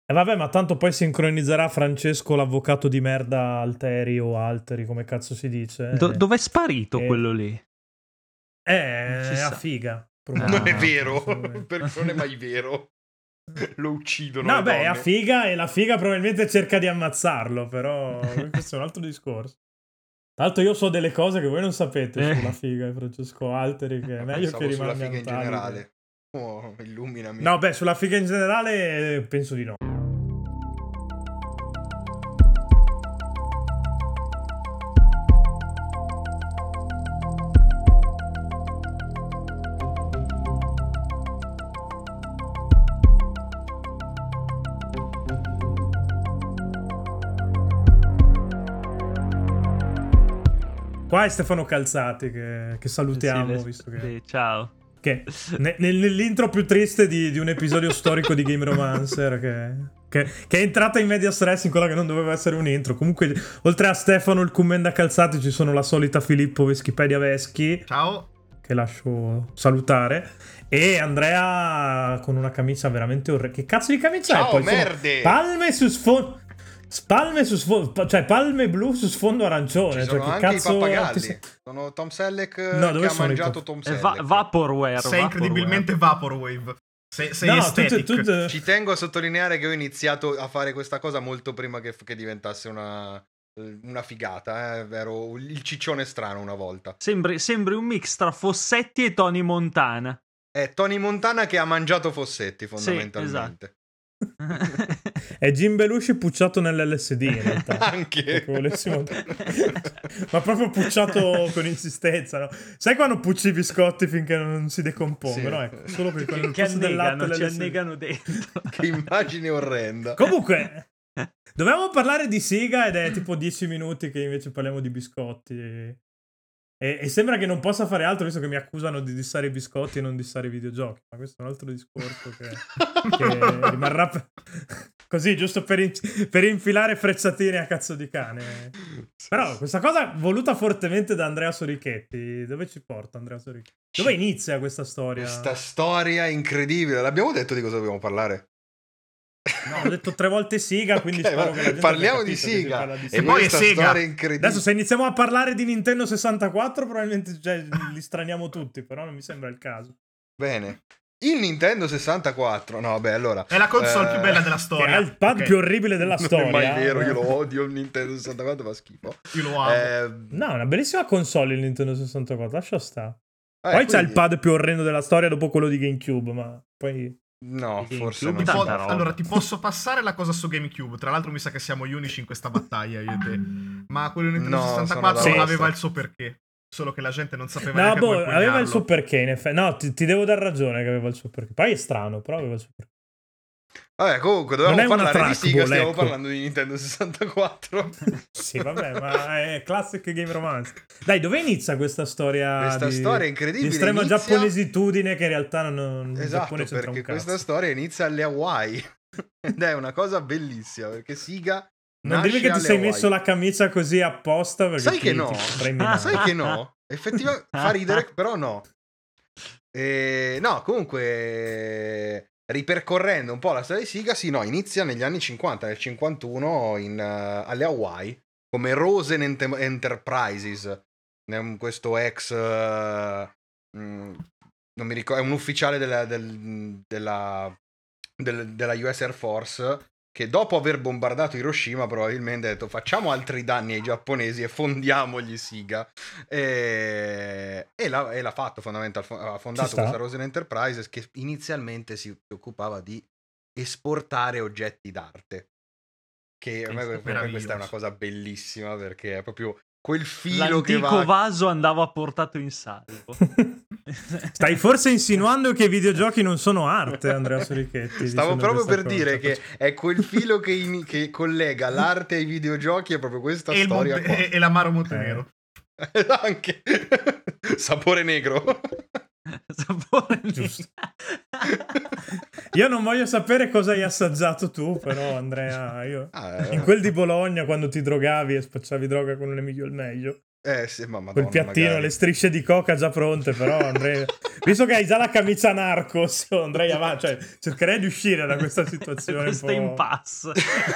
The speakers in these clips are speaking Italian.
E vabbè, ma tanto poi sincronizzerà Francesco l'avvocato di merda Alteri o Alteri, come cazzo si dice. Dov'è sparito quello lì? È a figa. Non è vero, perché non è mai vero. Lo uccidono. No, beh, è a figa e la figa probabilmente cerca di ammazzarlo, però questo è un altro discorso. Tra l'altro io so delle cose che voi non sapete sulla figa, Francesco Alteri, che è meglio che rimanga sulla figa in generale. Oh, illuminami. No, beh, sulla figa in generale penso di no. Qua è Stefano Calzati che salutiamo, visto che... Ciao. Che nell'intro più triste di un episodio storico di Game Romancer che è entrata in media stress in quella che non doveva essere un intro. Comunque, oltre a Stefano il Commenda Calzati, ci sono la solita Filippo Veschipedia Veschi. Ciao. Che lascio salutare. E Andrea con una camicia veramente orrenda. Che cazzo di camicia Ciao, è? Poi merde! Palme su sfondo... cioè palme blu su sfondo arancione. Ci sono cioè, che anche cazzo... i pappagalli. Sono Tom Selleck che ha mangiato Tom Selleck. Vaporware. Sei incredibilmente Vaporwave. Sei aesthetic. Ci tengo a sottolineare che ho iniziato a fare questa cosa molto prima che diventasse una figata. Ero il ciccione strano una volta. Sembri un mix tra Fossetti e Tony Montana. È Tony Montana che ha mangiato Fossetti, fondamentalmente. Sì, esatto. È Jim Belushi pucciato nell'LSD in realtà. Anche ma proprio pucciato con insistenza, no? Sai quando pucci i biscotti finché non si decompongono? Ecco, solo che ci annegano dentro. Che immagine orrenda. Comunque dovevamo parlare di Siga ed è tipo 10 minuti che invece parliamo di biscotti e sembra che non possa fare altro visto che mi accusano di dissare i biscotti e non dissare i videogiochi, ma questo è un altro discorso che rimarrà così giusto per infilare frecciatine a cazzo di cane. Però questa cosa voluta fortemente da Andrea Sorichetti, dove ci porta Andrea Sorichetti? Dove inizia questa storia? Questa storia incredibile. L'abbiamo detto di cosa dobbiamo parlare? No, ho detto 3 volte Siga, quindi okay, spero che la gente parliamo di Siga. E poi è Sega. Adesso se iniziamo a parlare di Nintendo 64 probabilmente li straniamo tutti, però non mi sembra il caso. Bene. Il Nintendo 64, no, beh, allora è la console più bella della storia. È il pad più orribile della storia. Non è mai vero, io lo odio. Il Nintendo 64 fa schifo. Io lo amo. No, è una bellissima console il Nintendo 64, lascia sta. Poi c'è il pad più orrendo della storia dopo quello di GameCube, ma poi... No, forse non allora ti posso passare la cosa su GameCube. Tra l'altro mi sa che siamo gli unici in questa battaglia, io e te. Ma quello Nintendo 64 aveva il suo perché. Solo che la gente non sapeva neanche come pugnarlo. Aveva il suo perché, in effetti. No, ti devo dar ragione che aveva il suo perché. Poi è strano, però aveva il suo perché. Vabbè, comunque dovevamo parlare di Sega, stiamo parlando di Nintendo 64. Sì, vabbè, ma è classic Game Romance. Dai, dove inizia questa storia? Questa storia incredibile. Di estrema giapponesitudine che in realtà non... Esatto, perché questa storia inizia alle Hawaii. Ed è una cosa bellissima, perché Siga... Non dirmi che ti sei messo la camicia così apposta perché sai che no, sai che no, effettivamente fa ridere, però no. No, comunque ripercorrendo un po' la storia di Siga, sì, no, inizia negli anni 50, nel 51 alle Hawaii come Rosen Enterprises, questo ex non mi ricordo, è un ufficiale della US Air Force che dopo aver bombardato Hiroshima probabilmente ha detto facciamo altri danni ai giapponesi e fondiamogli Siga e l'ha fatto fondamentalmente. Ha fondato questa Rosen Enterprises che inizialmente si occupava di esportare oggetti d'arte, che a me questa è una cosa bellissima perché è proprio quel filo che va... L'antico vaso andava portato in salvo. Stai forse insinuando che i videogiochi non sono arte, Andrea Sorichetti? Stavo proprio per dire che è quel filo che collega l'arte ai videogiochi, è proprio questa storia qua. E l'amaro montenero. Anche sapore negro. Sapore giusto. Io non voglio sapere cosa hai assaggiato tu, però Andrea, in quel di Bologna quando ti drogavi e spacciavi droga con un nemico il meglio, Sì, ma Madonna, quel piattino, magari. le strisce di coca già pronte, però andrei... Visto che hai già la camicia Narcos, andrei avanti, cioè cercherei di uscire da questa situazione Questo impasse.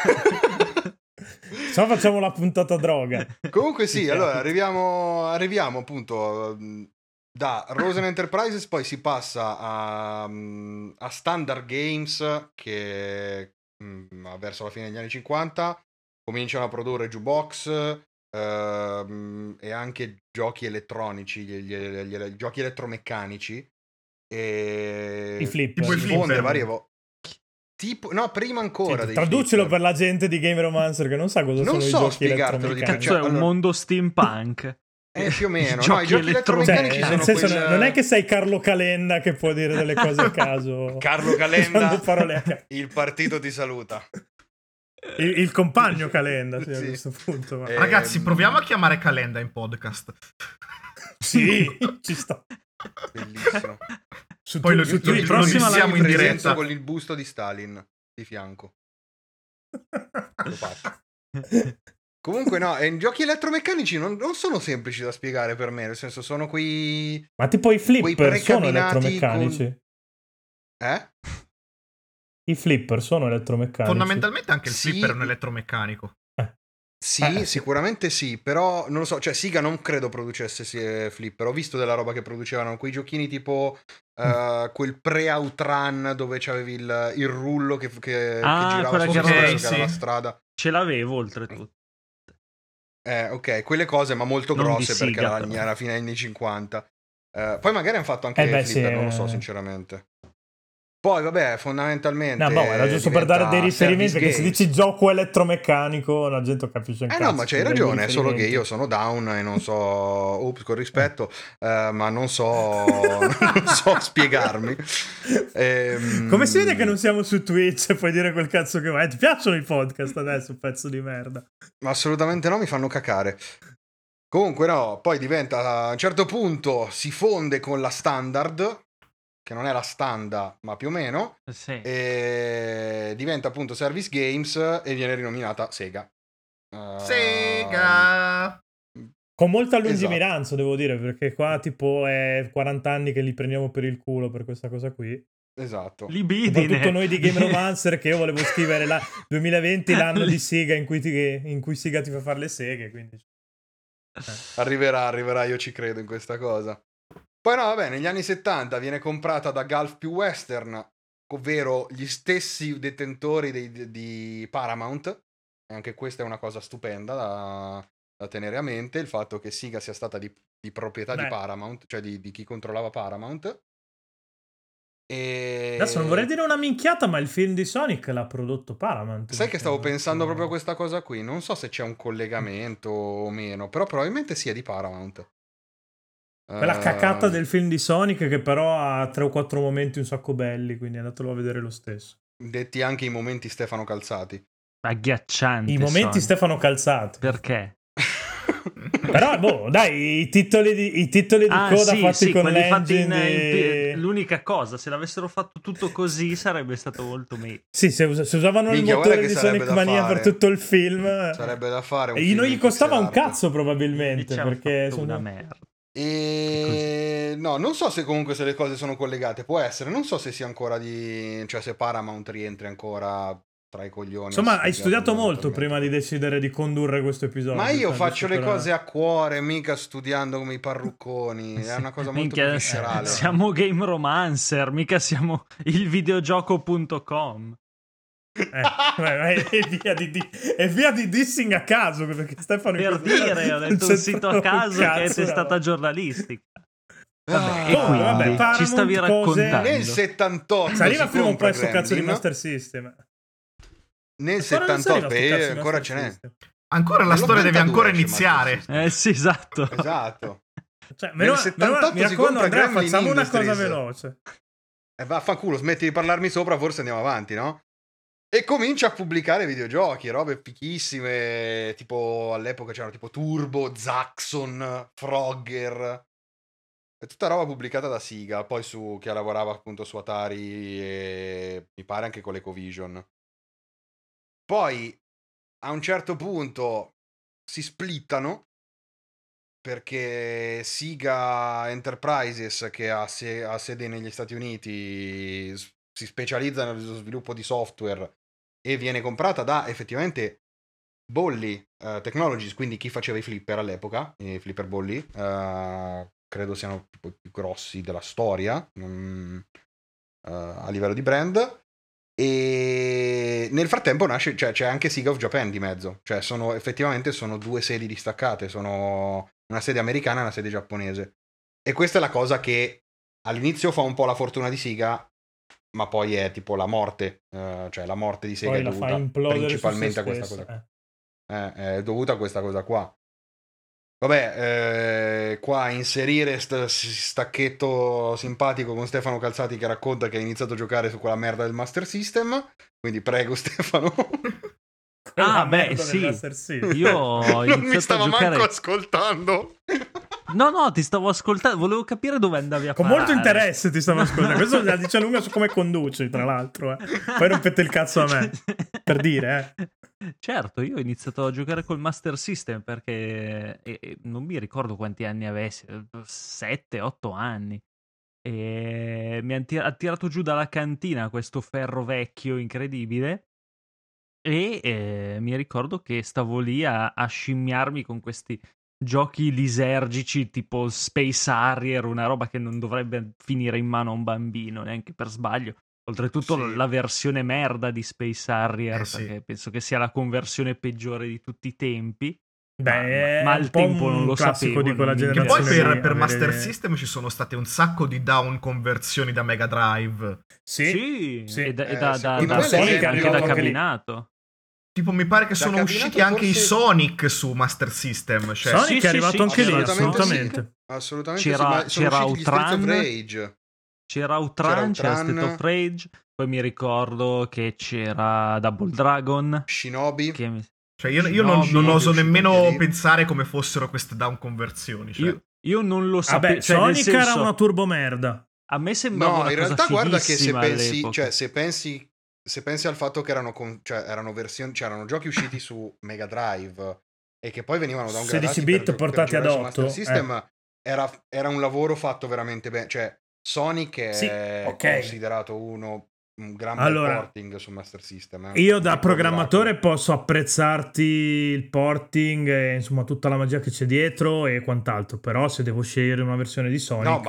Se facciamo la puntata droga. Comunque sì, allora arriviamo appunto da Rosen Enterprises, poi si passa a Standard Games che verso la fine degli anni 50 cominciano a produrre jukebox e anche giochi elettronici, gli giochi elettromeccanici, e I flipper. si fonde varie volte. No, prima ancora dei traducilo flipper. per la gente di Game Romancer che non sa cosa sono i giochi spiegartelo elettromeccanici. Cioè, un mondo steampunk. Più o meno. I No, i giochi elettromeccanici nel sono senso, non è che sei Carlo Calenda che può dire delle cose a caso. Carlo Calenda, parole a caso. il partito ti saluta. Il compagno Calenda, sì, Sì. a questo punto. Ma... Ragazzi, proviamo a chiamare Calenda in podcast. Sì, ci sto. Bellissimo. Poi lo prossima siamo in diretta con il busto di Stalin di fianco. Lo faccio. Comunque no, i giochi elettromeccanici non sono semplici da spiegare per me, nel senso sono quei... Ma tipo i flipper sono precabinati elettromeccanici? I flipper sono elettromeccanici? Fondamentalmente anche il Sì. flipper è un elettromeccanico. Sì, sicuramente sì, però non lo so, cioè Sega non credo producesse flipper, ho visto della roba che producevano, quei giochini tipo quel pre-Outrun dove c'avevi il rullo che girava quella sotto che era- la strada. Ce l'avevo oltretutto. Ok, quelle cose, ma molto Non di grosse perché Sega, era però. alla fine degli anni 50. Poi magari hanno fatto anche beh, flipper, sì, non lo so sinceramente. Poi vabbè, fondamentalmente No, boh, era giusto per dare dei riferimenti, perché se service dici gioco elettromeccanico la gente capisce un cazzo. no, ma c'hai dai ragione, è solo che riferimenti. io sono down e non so, con rispetto, ma non so spiegarmi. Come si vede che non siamo su Twitch, puoi dire quel cazzo che vuoi. Ti piacciono i podcast adesso, pezzo di merda? Assolutamente no, mi fanno cacare. Comunque no, poi diventa, a un certo punto si fonde con la Standard, che non è la Standa, ma più o meno, Sì. e diventa appunto Service Games e viene rinominata Sega. Sega! Con molta lungimiranza, devo dire, perché qua tipo è 40 anni che li prendiamo per il culo per questa cosa qui. Esatto. Libidine. Soprattutto noi di Game Romancer, che io volevo scrivere 2020 l'anno di Sega in cui Sega ti fa fare le seghe, quindi... Arriverà, io ci credo in questa cosa. Poi no, vabbè, negli anni 70 viene comprata da Gulf più Western, ovvero gli stessi detentori di Paramount. E anche questa è una cosa stupenda da tenere a mente, il fatto che Sega sia stata di proprietà di Paramount, cioè di chi controllava Paramount. E... Adesso non vorrei dire una minchiata, ma il film di Sonic l'ha prodotto Paramount. Sai che stavo pensando proprio a questa cosa qui? Non so se c'è un collegamento o meno, però probabilmente sia di Paramount. Quella cacata del film di Sonic che però ha 3 o 4 momenti un sacco belli, quindi andatelo a vedere lo stesso. Detti anche i momenti Stefano Calzati. Agghiaccianti. I momenti Stefano Calzati. Perché? Però, boh, dai, i titoli di coda fatti con l'engine l'unica cosa, se l'avessero fatto tutto così sarebbe stato molto meglio. Sì, se usavano il motore di Sonic Mania per tutto il film, sarebbe da fare un e non gli costava un cazzo probabilmente, perché sono una merda. E no, non so se comunque se le cose sono collegate, può essere, non so se sia ancora cioè se Paramount rientri ancora tra i coglioni. Insomma, hai studiato molto prima di decidere di condurre questo episodio. Ma io faccio le cose a cuore, mica studiando come i parruccoloni. È una cosa molto più viscerale. Siamo Game Romancer, mica siamo il videogioco.com. E via di dissing a caso, perché Stefano per dire, ho detto un sito a caso che è testata giornalistica. Vabbè, e quindi ci stavi raccontando nel 78 arriva prima un po' questo cazzo di Master System. Nel 78 ancora ce n'è. Ancora la storia deve ancora iniziare. Sì, esatto. Cioè, nel 78 mi raccomando, Andrea, facciamo una cosa veloce. Vaffanculo, smetti di parlarmi sopra, forse andiamo avanti, no? E comincia a pubblicare videogiochi, robe fichissime, tipo all'epoca c'erano tipo Turbo, Zaxxon, Frogger, e tutta roba pubblicata da Sega, poi che lavorava appunto su Atari e mi pare anche con l'Ecovision. Poi a un certo punto si splittano perché Sega Enterprises, che ha sede negli Stati Uniti, si specializza nello sviluppo di software e viene comprata da effettivamente Bolly Technologies, quindi chi faceva i flipper all'epoca, i flipper Bolly, credo siano tipo i più grossi della storia a livello di brand. E nel frattempo nasce, cioè c'è anche Sega of Japan di mezzo, cioè effettivamente sono due sedi distaccate, sono una sede americana e una sede giapponese, e questa è la cosa che all'inizio fa un po' la fortuna di Sega, ma poi è tipo la morte, cioè la morte di Sega poi è dovuta principalmente a questa cosa. È dovuta a questa cosa qua. Vabbè, qua inserire stacchetto simpatico con Stefano Calzati che racconta che ha iniziato a giocare su quella merda del Master System, quindi prego Stefano. Sì, io ho non mi stava manco ascoltando. No, ti stavo ascoltando, volevo capire dove andavi a con parare. Molto interesse ti stavo ascoltando. Questo la dice lunga su come conduci, tra l'altro. Poi rompete il cazzo a me, per dire. Certo, io ho iniziato a giocare col Master System perché non mi ricordo quanti anni avessi, 7-8 anni. E mi ha tirato giù dalla cantina questo ferro vecchio incredibile. E mi ricordo che stavo lì a scimmiarmi con questi giochi lisergici tipo Space Harrier, una roba che non dovrebbe finire in mano a un bambino neanche per sbaglio. Oltretutto la versione merda di Space Harrier, perché penso che sia la conversione peggiore di tutti i tempi. Ma al tempo non lo sapevo di quella generazione. Che poi per Master System ci sono state un sacco di down conversioni da Mega Drive. Sì. E da Sonic anche da cabinato. Tipo mi pare che sono usciti anche i Sonic su Master System. Cioè, Sonic è arrivato anche lì, assolutamente. Assolutamente c'era Outrun, c'era State of Rage, poi mi ricordo che c'era Double Dragon, Shinobi. Cioè io non oso nemmeno pensare come fossero queste down conversioni. Cioè. Io non lo sapevo. Cioè, Sonic era una turbo merda. A me sembrava una in cosa realtà guarda che se pensi al fatto che erano versioni, cioè erano giochi usciti su Mega Drive e che poi venivano downgradati 16 bit portati ad 8 Master System, era un lavoro fatto veramente bene. Cioè Sonic è considerato un gran bel porting su Master System. Io da programmatore posso apprezzarti il porting e insomma tutta la magia che c'è dietro e quant'altro, però se devo scegliere una versione di Sonic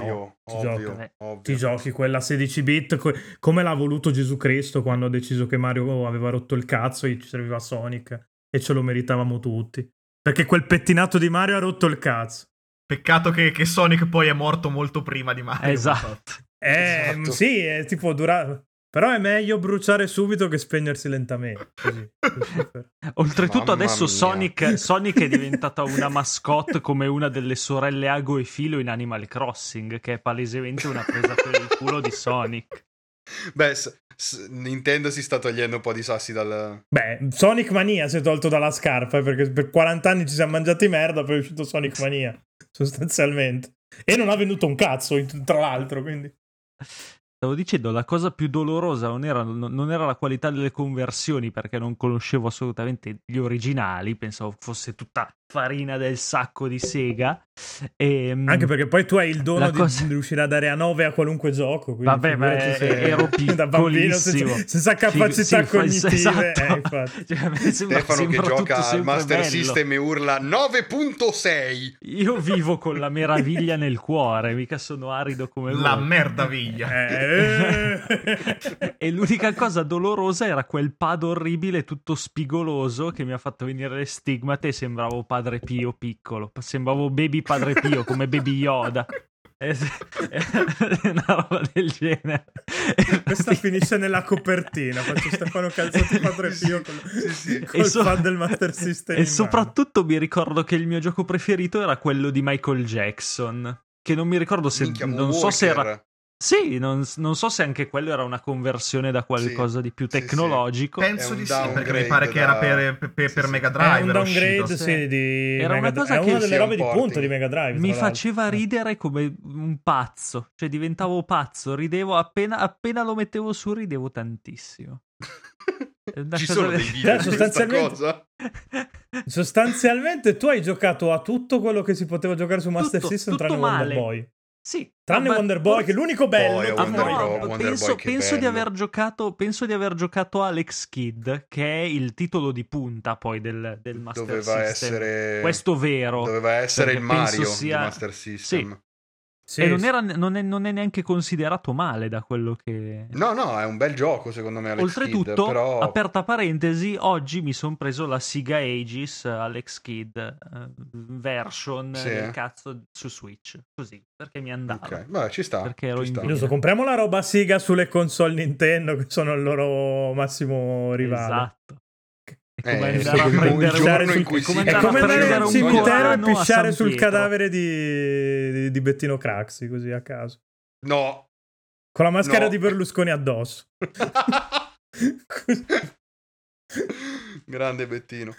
ti giochi quella 16 bit come l'ha voluto Gesù Cristo quando ha deciso che Mario aveva rotto il cazzo e ci serviva Sonic e ce lo meritavamo tutti, perché quel pettinato di Mario ha rotto il cazzo. Peccato che Sonic poi è morto molto prima di Mario. Esatto. Sì, è tipo durato. Però è meglio bruciare subito che spegnersi lentamente. Così. Oltretutto adesso Sonic è diventata una mascotte come una delle sorelle Ago e Filo in Animal Crossing, che è palesemente una presa per il culo di Sonic. Beh, Nintendo si sta togliendo un po' di sassi dal... Beh, Sonic Mania si è tolto dalla scarpa, perché per 40 anni ci siamo mangiati merda, poi è uscito Sonic Mania, sostanzialmente. E non ha venduto un cazzo, tra l'altro, quindi... Stavo dicendo, la cosa più dolorosa non era la qualità delle conversioni, perché non conoscevo assolutamente gli originali, pensavo fosse tutta farina del sacco di Sega. Anche perché poi tu hai il dono di riuscire a dare a 9 a qualunque gioco. Vabbè, ma ero da bambino senza capacità cognitive. Esatto. Stefano che gioca al Master System e urla 9.6. Io vivo con la meraviglia nel cuore, mica sono arido come la merdaviglia. E l'unica cosa dolorosa era quel pad orribile tutto spigoloso che mi ha fatto venire le stigmate e sembravo Padre Pio piccolo, sembravo Baby Padre Pio come Baby Yoda, una roba del genere. Questa finisce nella copertina, faccio Stefano Calzati Padre Pio col fan del Master System e soprattutto mi ricordo che il mio gioco preferito era quello di Michael Jackson, che non mi ricordo se non so se era non so se anche quello era una conversione da qualcosa di più tecnologico. Penso di sì, perché mi pare che era per Mega Drive. È un downgrade, era una cosa che una delle robe di punta di Mega Drive. Mi faceva ridere come un pazzo, cioè diventavo pazzo, ridevo appena lo mettevo su, ridevo tantissimo. Ci sono dei video di questa cosa? Sostanzialmente tu hai giocato a tutto quello che si poteva giocare su Master System tranne Wonder Boy. Sì, tranne Wonder Boy, che è l'unico bello. Penso di aver giocato Alex Kidd, che è il titolo di punta poi del Master System. Questo vero. Doveva essere il Mario di Master System. Sì. E non è neanche considerato male da quello che... No, è un bel gioco secondo me Alex Oltretutto, Kidd, però... aperta parentesi, oggi mi sono preso la Sega Aegis Alex Kidd version del cazzo su Switch, così, perché mi andava. Ok, beh, ci sta. Perché ero in Giusto, compriamo la roba Sega sulle console Nintendo che sono il loro massimo rivale. Esatto. È come andare a prendere al cimitero e pisciare sul cadavere di Bettino Craxi, così a caso. No. Con la maschera di Berlusconi addosso. Grande Bettino.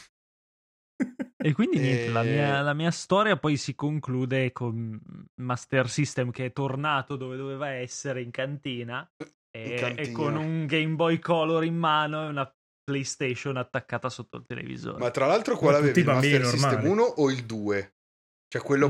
E quindi niente, la mia storia poi si conclude con Master System che è tornato dove doveva essere, in cantina. E con un Game Boy Color in mano e una PlayStation attaccata sotto il televisore. Ma tra l'altro quale avevi, il Master System 1 o il 2? Cioè quello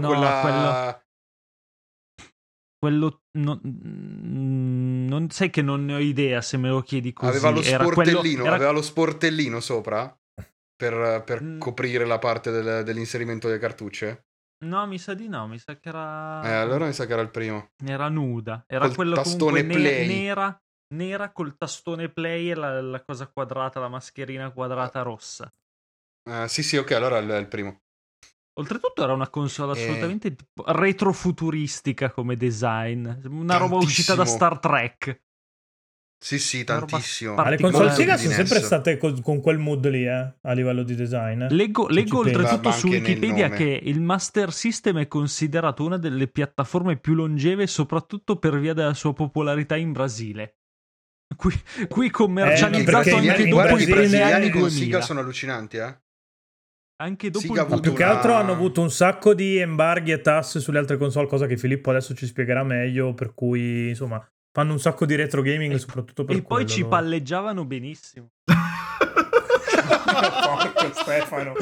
non sai che non ne ho idea se me lo chiedi così. Aveva lo sportellino, aveva lo sportellino sopra per coprire la parte dell'inserimento delle cartucce? No, mi sa di no, mi sa che era... allora mi sa che era il primo. Era nuda, era col quello tastone comunque nera col tastone play e la cosa quadrata, la mascherina quadrata rossa. Sì, ok, allora è il primo. Oltretutto era una console assolutamente retrofuturistica come design, una roba uscita da Star Trek. Sì, tantissimo. Ma le console Sega sono sempre state con quel mood lì, a livello di design. Leggo oltretutto su Wikipedia che il Master System è considerato una delle piattaforme più longeve, soprattutto per via della sua popolarità in Brasile. Qui commercializzato anche dopo i brasiliani con Sega sono allucinanti, Anche dopo ma più che altro hanno avuto un sacco di embarghi e tasse sulle altre console, cosa che Filippo adesso ci spiegherà meglio, per cui insomma fanno un sacco di retro gaming soprattutto per quello. E poi ci palleggiavano benissimo. Porco Stefano.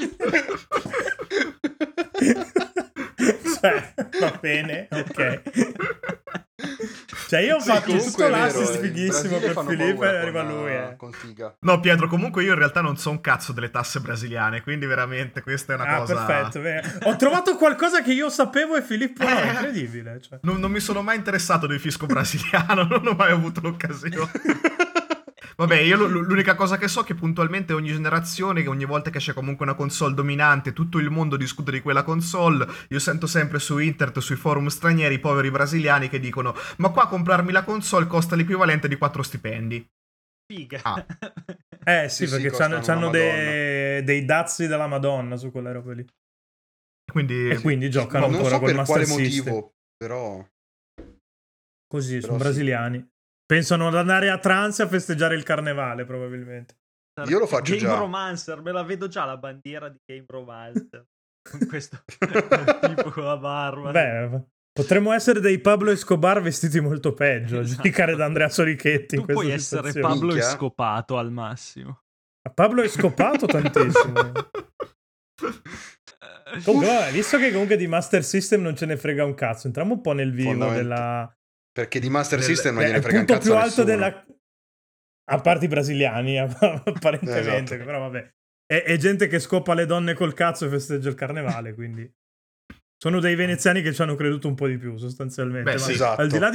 Cioè, va bene, ok. Cioè io ho fatto tutto l'assist fighissimo per Filippo e arriva lui. No, Pietro, comunque io in realtà non so un cazzo delle tasse brasiliane, quindi veramente questa è una cosa... Perfetto, bene. Ho trovato qualcosa che io sapevo e Filippo no, è incredibile. Cioè. Non mi sono mai interessato del fisco brasiliano, non ho mai avuto l'occasione. Vabbè, io l'unica cosa che so è che puntualmente ogni generazione, che ogni volta che c'è comunque una console dominante, tutto il mondo discute di quella console. Io sento sempre su internet, sui forum stranieri, i poveri brasiliani che dicono: ma qua comprarmi la console costa l'equivalente di 4 stipendi. Figa. Sì, perché c'hanno dei dazi della Madonna su quelle robe lì. Quindi giocano ancora col Master System. Non so per quale motivo, però... Così, sono brasiliani. Pensano ad andare a trance a festeggiare il carnevale, probabilmente. Io lo faccio Game già. Romancer, me la vedo già la bandiera di Game Romancer. Con questo tipo con la barba. Beh, potremmo essere dei Pablo Escobar vestiti molto peggio, a giudicare da Andrea Sorichetti. Tu puoi essere Pablo Escopato al massimo. Pablo Escopato tantissimo. Comunque, visto che comunque di Master System non ce ne frega un cazzo, entriamo un po' nel vivo della... Perché di Master System non gliene frega un cazzo più a alto nessuno. A parte i brasiliani, apparentemente. Esatto. Però vabbè. È gente che scopa le donne col cazzo e festeggia il carnevale, quindi... Sono dei veneziani che ci hanno creduto un po' di più, sostanzialmente. Beh, sì, esatto. Al di là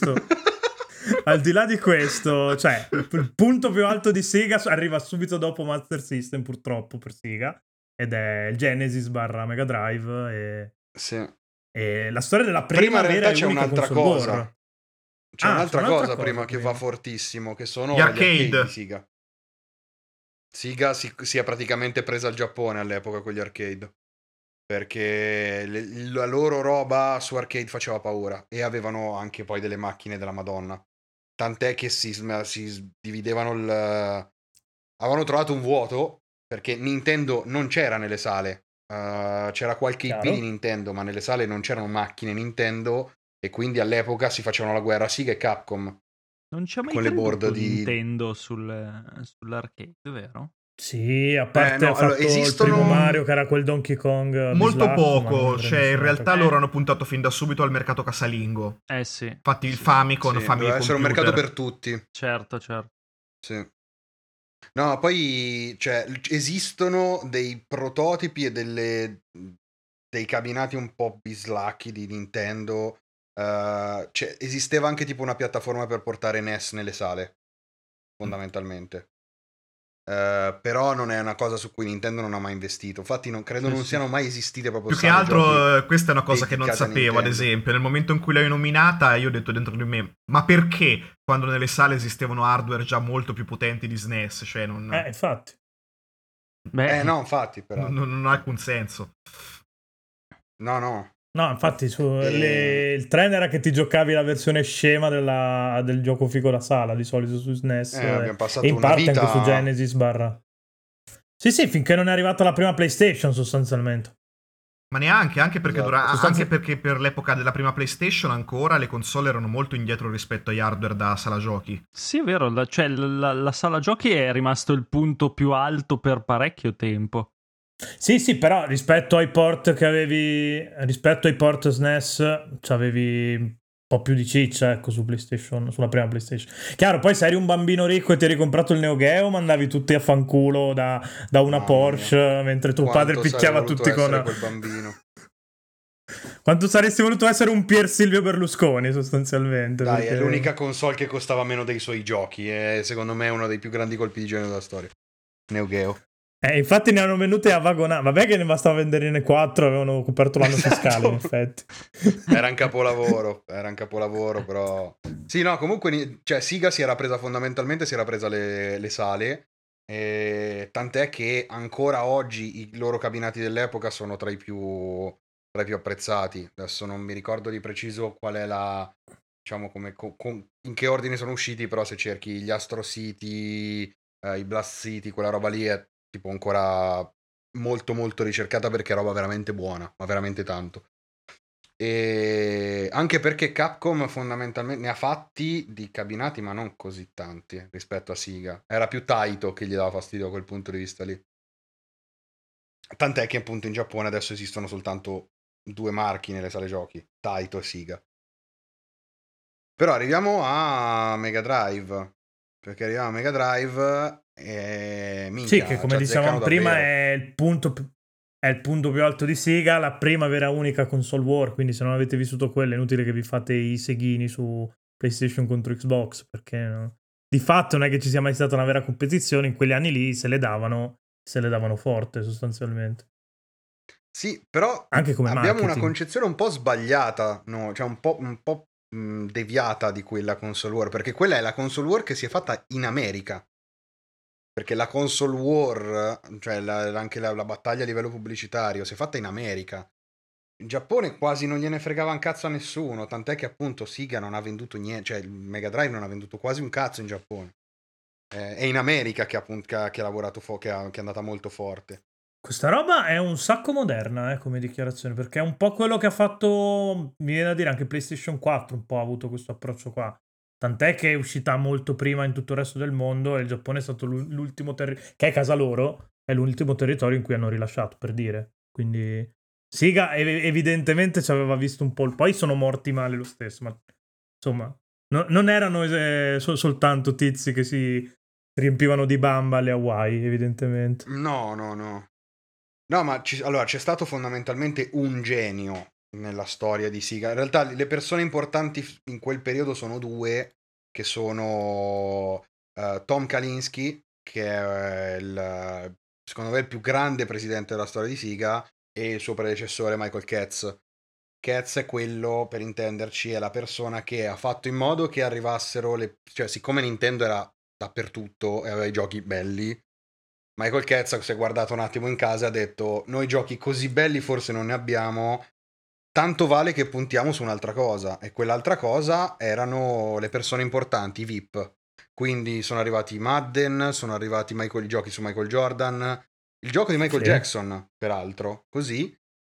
di questo, cioè, il punto più alto di Sega arriva subito dopo Master System, purtroppo, per Sega. Ed è il Genesis / Mega Drive. E la storia della prima vera c'è un'altra cosa. C'è un'altra cosa prima che va fortissimo, che sono gli arcade di Sega. Sega si è praticamente presa il Giappone all'epoca con gli arcade, perché la loro roba su arcade faceva paura e avevano anche poi delle macchine della Madonna, tant'è che si dividevano avevano trovato un vuoto perché Nintendo non c'era nelle sale. C'era qualche IP di Nintendo, ma nelle sale non c'erano macchine Nintendo, e quindi all'epoca si facevano la guerra Sega e Capcom, Non c'è mai con le board creduto di Nintendo sull'arcade, vero? Sì, a parte no, ha fatto allora, il primo Mario che era quel Donkey Kong Molto bislacco, ma non poco, cioè in realtà grandissimo. loro hanno puntato fin da subito al mercato casalingo. Sì. Infatti il Famicom, sì, Family doveva essere un Computer. mercato per tutti. Certo. Sì. No, poi cioè, esistono dei prototipi e dei cabinati un po' bislacchi di Nintendo. Cioè, esisteva anche tipo una piattaforma per portare NES nelle sale, fondamentalmente. Però non è una cosa su cui Nintendo non ha mai investito. Infatti credo non siano mai esistite proprio Più che sale giochi altro, questa è una cosa che non dedicate a sapevo, ad Nintendo. esempio. Nel momento in cui l'hai nominata, io ho detto dentro di me, ma perché quando nelle sale esistevano hardware già molto più potenti di SNES? Cioè, Infatti. Beh, No, infatti, però. non ha alcun senso. No. No, infatti il trend era che ti giocavi la versione scema del gioco figo da sala, di solito su SNES Abbiamo e passato in una parte vita anche su Genesis barra. Sì, finché non è arrivata la prima PlayStation sostanzialmente. Ma neanche, anche perché, Esatto. anche perché per l'epoca della prima PlayStation ancora le console erano molto indietro rispetto agli hardware da sala giochi. sì, è vero, cioè la sala giochi è rimasto il punto più alto per parecchio tempo. Sì, però rispetto ai port che avevi, rispetto ai port SNES, c'avevi un po' più di ciccia, ecco, su PlayStation, sulla prima PlayStation. Chiaro, poi se eri un bambino ricco e ti eri comprato il Neo Geo, mandavi tutti a fanculo da una Mamma Porsche, mia. mentre tuo Quanto padre picchiava sarei tutti voluto essere con... quel bambino. Quanto saresti voluto essere un Pier Silvio Berlusconi, sostanzialmente. Dai, perché... è l'unica console che costava meno dei suoi giochi. È secondo me uno dei più grandi colpi di genio della storia. Neo Geo. Infatti ne hanno venute a vagonare. Vabbè che ne bastava venderine 4, avevano coperto l'anno fiscale, in effetti. Era un capolavoro, però... Sì, no, comunque, cioè, Sega si era presa le sale, tant'è che ancora oggi i loro cabinati dell'epoca sono tra i più apprezzati. Adesso non mi ricordo di preciso qual è diciamo, in che ordine sono usciti, però se cerchi gli Astro City, i Blast City, quella roba lì è tipo ancora molto molto ricercata perché è roba veramente buona, ma veramente tanto. E anche perché Capcom fondamentalmente ne ha fatti di cabinati, ma non così tanti rispetto a Sega. Era più Taito che gli dava fastidio da quel punto di vista lì. Tant'è che appunto in Giappone adesso esistono soltanto 2 marchi nelle sale giochi, Taito e Sega. Però arriviamo a Mega Drive. Perché arriviamo a Mega Drive e minchia, Sì, che come ci azzeccano dicevamo prima davvero. è il punto più alto di Sega, la prima vera unica console war, quindi se non avete vissuto quella è inutile che vi fate i seghini su PlayStation contro Xbox, perché no? Di fatto non è che ci sia mai stata una vera competizione, in quegli anni lì se le davano forte sostanzialmente. Sì, però Anche come abbiamo una marketing. concezione un po' sbagliata, no? Cioè un po' deviata di quella console war, perché quella è la console war che si è fatta in America. Perché la console war, cioè anche la battaglia a livello pubblicitario, si è fatta in America. In Giappone quasi non gliene fregava un cazzo a nessuno, tant'è che appunto Sega non ha venduto niente, cioè il Mega Drive non ha venduto quasi un cazzo in Giappone. È in America che ha lavorato, che è andata molto forte. Questa roba è un sacco moderna, come dichiarazione, perché è un po' quello che ha fatto, mi viene da dire, anche PlayStation 4, un po' ha avuto questo approccio qua. Tant'è che è uscita molto prima in tutto il resto del mondo e il Giappone è stato l'ultimo territorio, che è casa loro, è l'ultimo territorio in cui hanno rilasciato, per dire. Quindi Sega evidentemente ci aveva visto un po', poi sono morti male lo stesso, ma insomma, non erano soltanto tizi che si riempivano di bamba alle Hawaii, evidentemente. No. No, ma allora c'è stato fondamentalmente un genio nella storia di Sega. In realtà le persone importanti in quel periodo sono 2, che sono Tom Kalinske, che è secondo me il più grande presidente della storia di Sega, e il suo predecessore Michael Katz. Katz è quello, per intenderci, è la persona che ha fatto in modo che arrivassero cioè siccome Nintendo era dappertutto e aveva i giochi belli, Michael Katz si è guardato un attimo in casa e ha detto: noi giochi così belli forse non ne abbiamo, tanto vale che puntiamo su un'altra cosa. E quell'altra cosa erano le persone importanti, i VIP. Quindi sono arrivati i Madden, sono arrivati i giochi su Michael Jordan, il gioco di Michael Jackson peraltro, così,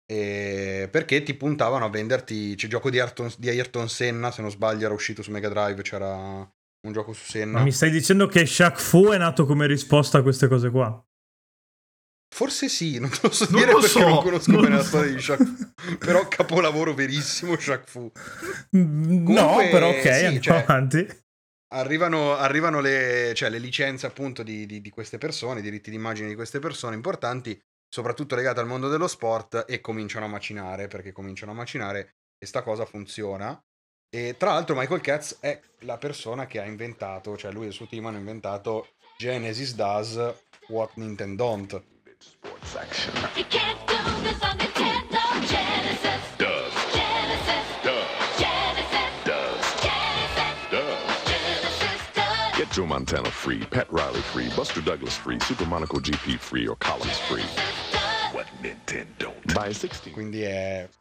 perché ti puntavano a venderti. C'è il gioco di Ayrton Senna, se non sbaglio era uscito su Mega Drive, c'era un gioco su Senna. Ma mi stai dicendo che Shaq Fu è nato come risposta a queste cose qua? Forse sì, non te lo so Non dire lo perché so, non conosco non bene lo la storia so. di Shaq Fu. Però capolavoro verissimo Shaq Fu. No, Comunque, però ok, sì, andiamo cioè, avanti. Arrivano le licenze appunto di queste persone, i diritti d'immagine di queste persone importanti, soprattutto legate al mondo dello sport, e cominciano a macinare e sta cosa funziona. E tra l'altro Michael Katz è la persona che ha inventato, cioè lui e il suo team hanno inventato Genesis Does What Nintendo Don't. You can't do this on Nintendo. Genesis does. Genesis does. Genesis does. Genesis does. Genesis does. Get Joe Montana free, Pat Riley free, Buster Douglas free, Super Monaco GP free, or Collins free. What Nintendo? Buy 16. Quindi è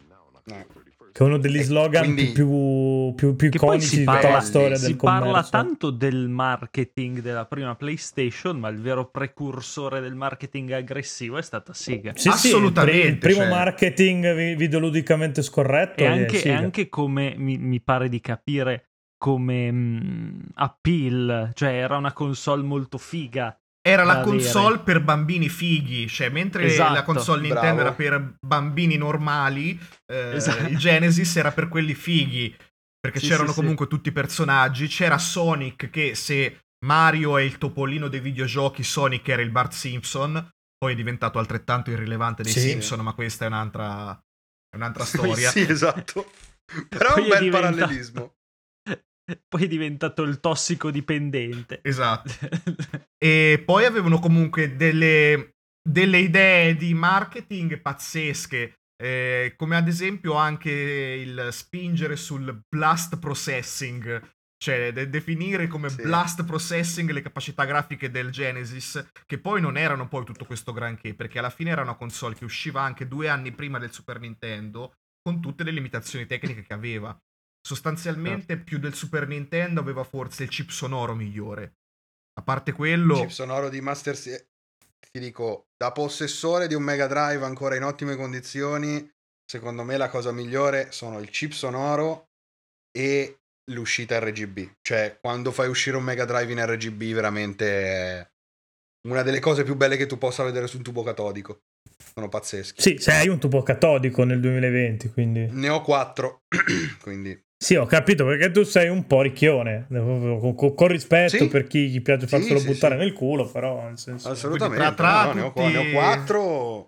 Che è uno degli slogan quindi- più Che poi iconici di tutta la storia del si parla commercio. tanto del marketing della prima PlayStation, ma il vero precursore del marketing aggressivo è stata Sega. Sì, Assolutamente, il primo cioè. marketing videoludicamente scorretto E è anche, Sega. come mi pare di capire, come appeal, cioè era una console molto figa. Era da la avere. console per bambini fighi, cioè mentre Esatto. la console Nintendo Bravo. era per bambini normali, Esatto. il Genesis era per quelli fighi, perché Sì, c'erano sì, comunque tutti i personaggi, c'era Sonic che se Mario è il topolino dei videogiochi, Sonic era il Bart Simpson, poi è diventato altrettanto irrilevante dei Sì. Simpson, ma questa è un'altra storia. Sì, esatto. Però è Poi un bel diventato- parallelismo. Poi è diventato il tossicodipendente. Esatto. E poi avevano comunque delle idee di marketing pazzesche, come ad esempio anche il spingere sul blast processing, cioè definire come Sì. blast processing le capacità grafiche del Genesis, che poi non erano poi tutto questo granché, perché alla fine era una console che usciva anche 2 anni prima del Super Nintendo, con tutte le limitazioni tecniche che aveva. Sostanzialmente più del Super Nintendo aveva forse il chip sonoro migliore. A parte quello, Chip sonoro di Master System. Ti dico, da possessore di un Mega Drive ancora in ottime condizioni, secondo me la cosa migliore sono il chip sonoro e l'uscita RGB. Cioè, quando fai uscire un Mega Drive in RGB, veramente è una delle cose più belle che tu possa vedere su un tubo catodico. Sono pazzeschi. Sì, se hai un tubo catodico nel 2020, quindi... Ne ho 4, quindi... Sì, ho capito, perché tu sei un po' ricchione, con rispetto Sì. per chi gli piace Sì, farselo sì, buttare sì. nel culo, però nel senso... Assolutamente. Quindi tra No, tutti- ne ho 4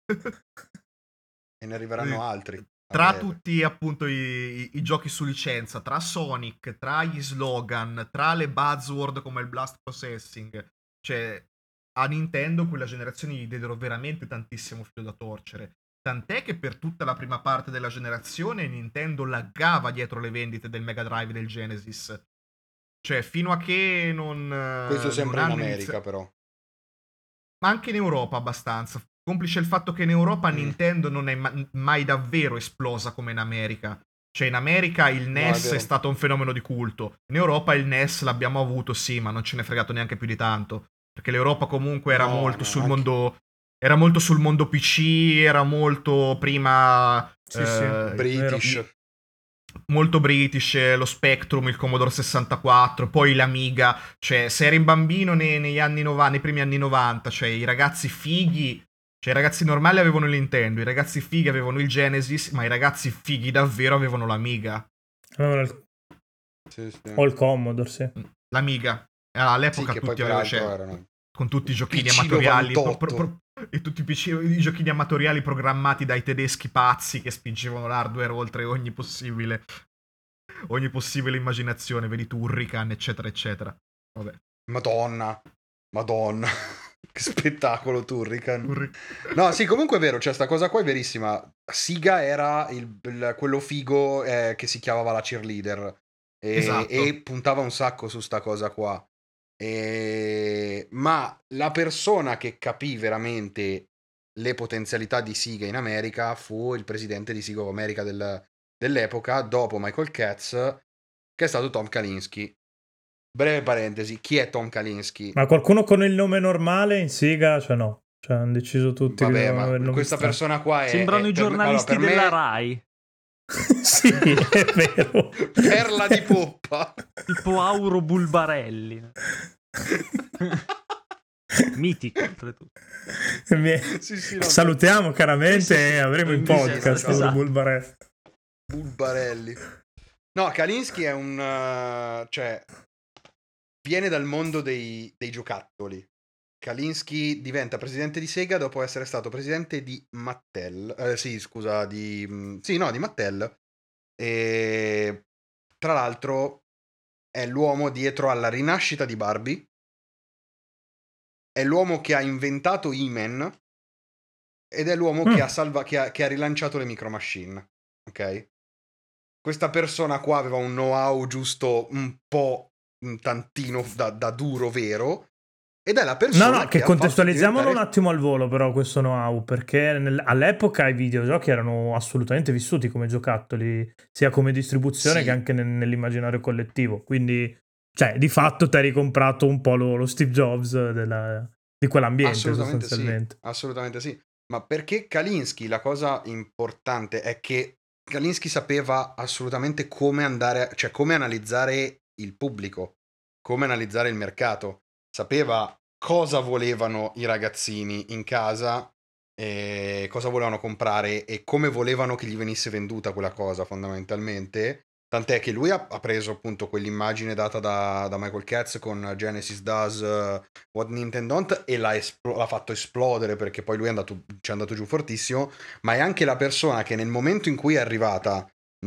e ne arriveranno altri. a tra breve. tutti appunto i giochi su licenza, tra Sonic, tra gli slogan, tra le buzzword come il blast processing, cioè a Nintendo quella generazione gli diedero veramente tantissimo filo da torcere. Tant'è che per tutta la prima parte della generazione Nintendo laggava dietro le vendite del Mega Drive e del Genesis. Cioè, fino a che non... Questo sempre non in hanno America, però. ma anche in Europa abbastanza. Complice il fatto che in Europa Nintendo non è mai davvero esplosa come in America. Cioè in America il NES vero. è stato un fenomeno di culto. In Europa il NES l'abbiamo avuto, sì, ma non ce ne è fregato neanche più di tanto. Perché l'Europa comunque era No, molto no, sul anche- mondo... Era molto sul mondo PC, era molto prima... Sì, sì. British. molto British, lo Spectrum, il Commodore 64, poi l'Amiga, cioè se eri un bambino negli anni 90, nei primi anni 90, cioè i ragazzi fighi, cioè i ragazzi normali avevano il Nintendo, i ragazzi fighi avevano il Genesis, ma i ragazzi fighi davvero avevano l'Amiga. Sì, sì. O il Commodore, sì. L'Amiga. Sì, All'epoca che poi tutti avevano, peraltro cioè, erano... con tutti i giochini PC amatoriali 98. e tutti i giochini amatoriali programmati dai tedeschi pazzi che spingevano l'hardware oltre ogni possibile immaginazione, vedi Turrican eccetera eccetera. Vabbè. Madonna. Che spettacolo Turrican. No, sì, comunque è vero, cioè sta cosa qua è verissima. Siga era quello figo che si chiamava la cheerleader Esatto. e puntava un sacco su sta cosa qua. Ma la persona che capì veramente le potenzialità di Siga in America fu il presidente di Siga of America dell'epoca, dopo Michael Katz, che è stato Tom Kalinske. Breve parentesi, chi è Tom Kalinske? Ma qualcuno con il nome normale in Sega? Cioè no. Cioè hanno deciso tutti che Vabbè, devono avere il ma nome questa strano. persona qua è... Sembrano i per me- giornalisti allora, per della me- Rai. Sì, è vero. Perla di poppa. Tipo Auro Bulbarelli. Mitico, oltretutto. Sì, no, Salutiamo caramente Sì, sì, e avremo in in disco, podcast esatto. Bulbarelli. Bulbarelli. No, Kalinsky è un... cioè, viene dal mondo dei giocattoli. Kalinsky diventa presidente di Sega dopo essere stato presidente di Mattel. Sì, di Mattel. E tra l'altro è l'uomo dietro alla rinascita di Barbie. È l'uomo che ha inventato He-Man. Ed è l'uomo che ha rilanciato le Micro Machine. Ok? Questa persona qua aveva un know-how giusto un tantino da duro vero. Ed è la persona No, che ha fatto contestualizziamolo diventare... un attimo al volo, però, questo know-how, perché all'epoca i videogiochi erano assolutamente vissuti come giocattoli, sia come distribuzione Sì. che anche nell'immaginario collettivo. Quindi, cioè, di fatto ti hai ricomprato un po' lo Steve Jobs di quell'ambiente, Assolutamente sostanzialmente. sì, assolutamente sì. Ma perché Kalinsky, la cosa importante è che Kalinsky sapeva assolutamente come come analizzare il pubblico, come analizzare il mercato. Sapeva cosa volevano i ragazzini in casa, e cosa volevano comprare e come volevano che gli venisse venduta quella cosa fondamentalmente. Tant'è che lui ha preso appunto quell'immagine data da Michael Katz con Genesis Does What Nintendo Don't e l'ha fatto esplodere, perché poi lui ci è andato giù fortissimo, ma è anche la persona che nel momento in cui è arrivata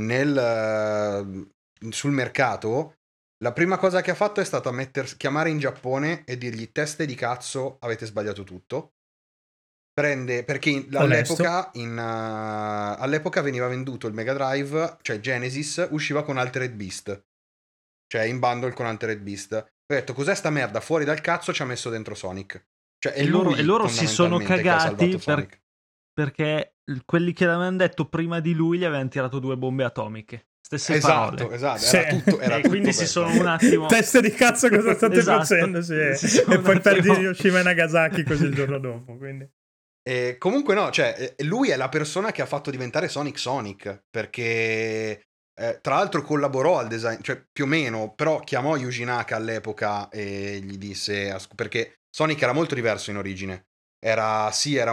sul mercato, la prima cosa che ha fatto è stata chiamare in Giappone e dirgli: teste di cazzo, avete sbagliato tutto. Perché all'epoca veniva venduto il Mega Drive, cioè Genesis usciva con Altered Beast, cioè in bundle con Altered Beast. Ho detto: cos'è sta merda? Fuori dal cazzo ci ha messo dentro Sonic. Cioè è Loro si sono fondamentalmente che ha cagati salvato Sonic. perché quelli che l'avevano detto prima di lui gli avevano tirato 2 bombe atomiche. Stesse parole. Esatto, Sì. era E tutto quindi si sono un attimo... Teste di cazzo, cosa state Esatto. facendo? Sì. Si sono E poi un perdi attimo- Hiroshima e Nagasaki così il giorno dopo, quindi... Comunque no, cioè lui è la persona che ha fatto diventare Sonic, perché tra l'altro collaborò al design, cioè più o meno, però chiamò Yuji Naka all'epoca e gli disse, perché Sonic era molto diverso in origine, era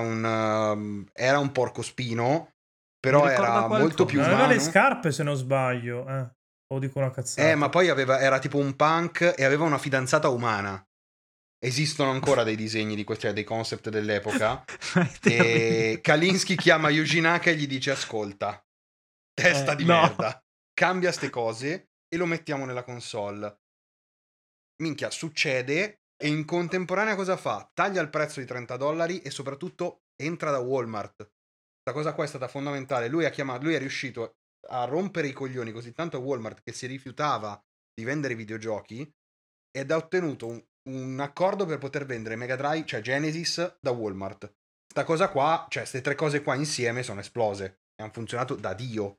un porcospino, però Mi ricorda era molto qualcosa. più Aveva umano. le scarpe, se non sbaglio. O dico una cazzata. Ma poi era tipo un punk e aveva una fidanzata umana. Esistono ancora dei disegni di cioè dei concept dell'epoca. E Kalinsky chiama Yuji Naka e gli dice: ascolta, testa di merda, cambia ste cose e lo mettiamo nella console. Minchia, succede, e in contemporanea cosa fa? Taglia il prezzo di $30 e soprattutto entra da Walmart. Questa cosa qua è stata fondamentale. Lui è riuscito a rompere i coglioni così tanto a Walmart, che si rifiutava di vendere videogiochi, ed ha ottenuto un accordo per poter vendere Mega Drive, cioè Genesis, da Walmart. Sta cosa qua, cioè queste tre cose qua insieme sono esplose e hanno funzionato da Dio.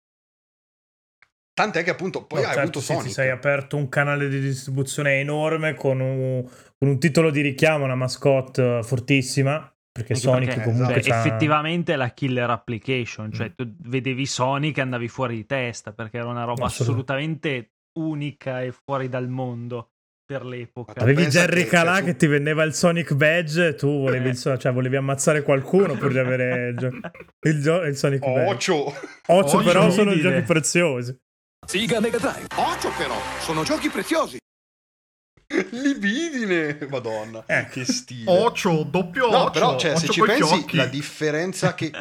Tant'è che appunto poi hai avuto Sonic. Ti sei aperto un canale di distribuzione enorme con un titolo di richiamo, una mascotte fortissima, perché Anche Sonic perché, comunque cioè, c'ha... effettivamente la killer application, cioè tu vedevi Sonic e andavi fuori di testa, perché era una roba assolutamente unica e fuori dal mondo per l'epoca. Avevi Jerry Calà che ti vendeva il Sonic Badge e tu volevi, volevi ammazzare qualcuno pur di avere il Sonic Badge. Occhio però sono giochi preziosi. Sega Mega Drive. Occhio però, sono giochi preziosi. Libidine, madonna, che stile. Ocio, doppio no, ocio. Però, cioè, se ci coi pensi, fiocchi. la differenza che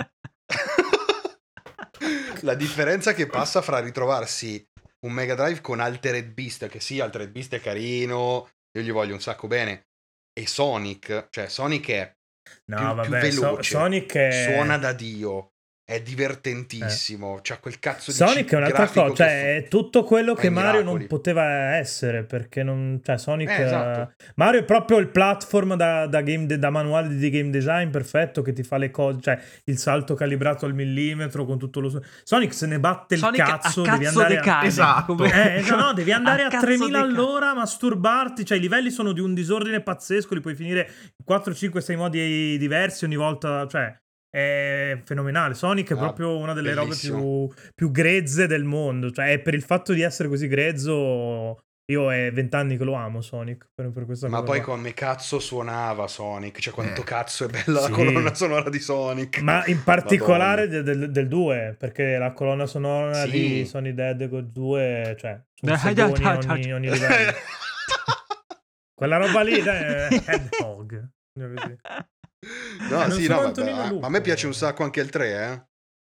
la differenza che passa fra ritrovarsi un Mega Drive con Altered Beast, che sì, Altered Beast è carino, io gli voglio un sacco bene, e Sonic, cioè Sonic è più veloce, Sonic suona da Dio, è divertentissimo, c'ha quel cazzo di Sonic è un'altra cosa, cioè è tutto quello che Mario miracoli. non poteva essere, perché non, cioè Sonic esatto. Mario è proprio il platform da manuale di game design perfetto, che ti fa le cose, cioè il salto calibrato al millimetro con tutto lo Sonic se ne batte il Sonic cazzo, a devi cazzo andare decade, esatto. no, devi andare a 3000 decade. all'ora, masturbarti, cioè i livelli sono di un disordine pazzesco, li puoi finire in 4, 5, 6 modi diversi ogni volta, cioè è fenomenale. Sonic è proprio una delle bellissimo. robe più grezze del mondo. Cioè, per il fatto di essere così grezzo, io è 20 anni che lo amo Sonic. Per questa Ma cosa poi qua. come cazzo suonava Sonic? Cioè, quanto cazzo è bella Sì. la colonna sonora di Sonic. Ma in particolare del 2, perché la colonna sonora Sì. di Sonic the Hedgehog 2, cioè, sono segoni ogni livello. Quella roba lì è Hedgehog. Così. No, non sì, sono no, Antonino ma a Lupo. me piace un sacco anche il 3, eh.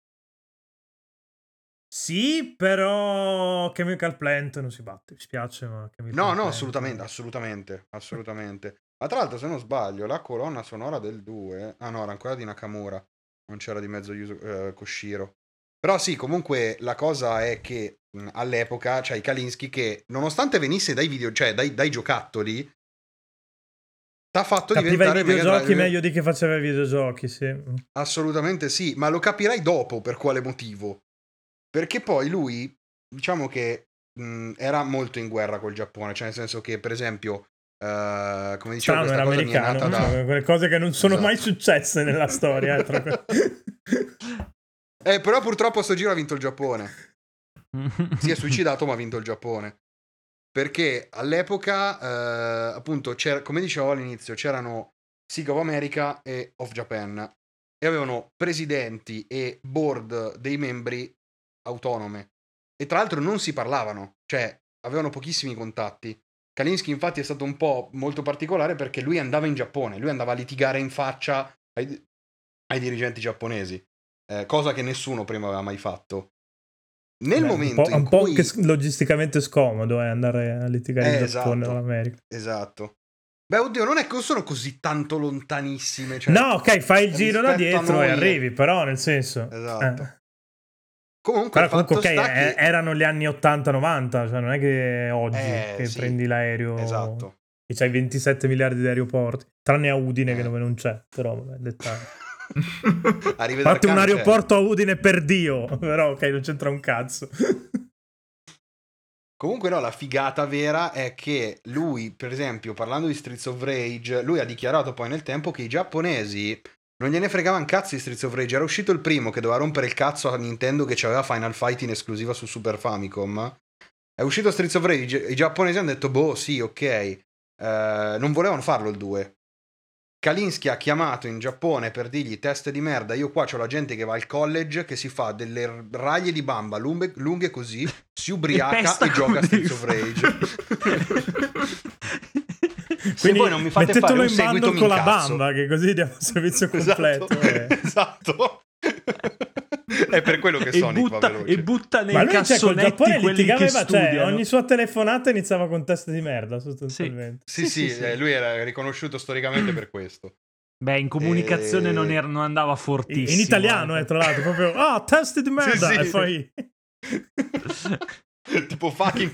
Sì, però Chemical Plant non si batte. Mi spiace, ma Chemical No, Plant, assolutamente. Ma tra l'altro, se non sbaglio, la colonna sonora del 2... Ah no, era ancora di Nakamura. Non c'era di mezzo Koshiro. Però sì, comunque la cosa è che all'epoca c'hai Kalinski che, nonostante venisse dai video, cioè dai giocattoli, t'ha fatto capiva i diventare Mega videogiochi Drive. meglio di che faceva i videogiochi, sì. Assolutamente sì, ma lo capirai dopo per quale motivo. Perché poi lui, diciamo che era molto in guerra col Giappone, cioè nel senso che, per esempio, come dicevo, Strano, questa era cosa mi è americano. nata da... Cioè, quelle cose che non sono Esatto. mai successe nella storia. Però purtroppo a sto giro ha vinto il Giappone. Si è suicidato ma ha vinto il Giappone. Perché all'epoca, appunto, come dicevo all'inizio, c'erano Sega of America e of Japan. E avevano presidenti e board dei membri autonome. E tra l'altro non si parlavano. Cioè, avevano pochissimi contatti. Kalinski infatti è stato un po' molto particolare perché lui andava in Giappone. Lui andava a litigare in faccia ai dirigenti giapponesi. Cosa che nessuno prima aveva mai fatto. Nel momento in un po' cui... che logicamente scomodo andare a litigare in Giappone esatto, dall'America. Esatto. Beh, oddio, non sono così tanto lontanissime. Cioè, no, ok, fai il giro da rispetto a dietro e noi arrivi, però nel senso... Esatto. Comunque, Però comunque, fatto ok, sta che... erano gli anni 80-90, cioè non è che oggi che sì, prendi l'aereo esatto. e c'hai 27 miliardi di aeroporti, tranne a Udine che dove non c'è, però vabbè, dettagli. Fate un aeroporto a Udine per Dio, però ok, non c'entra un cazzo. Comunque no, la figata vera è che lui, per esempio, parlando di Streets of Rage, lui ha dichiarato poi nel tempo che i giapponesi non gliene fregava un cazzo di Streets of Rage. Era uscito il primo che doveva rompere il cazzo a Nintendo, che c'aveva Final Fight in esclusiva su Super Famicom. È uscito Streets of Rage, i giapponesi hanno detto boh, sì, ok, non volevano farlo il 2. Kalinski ha chiamato in Giappone per dirgli: teste di merda, io qua c'ho la gente che va al college, che si fa delle raglie di bamba lunghe così, si ubriaca e gioca a Streets of Rage. Se voi non mi fate fare un seguito, mi con la incazzo. bamba, che così diamo servizio completo. Esatto. È per quello che Sonic va veloce. E butta nei ma lui, cassonetti col quelli che studiano. ogni sua telefonata iniziava con teste di merda, sostanzialmente. Sì. Lui era riconosciuto storicamente per questo. Beh, in comunicazione non andava fortissimo. In italiano, tra l'altro, proprio teste di merda, Sì. e poi tipo fucking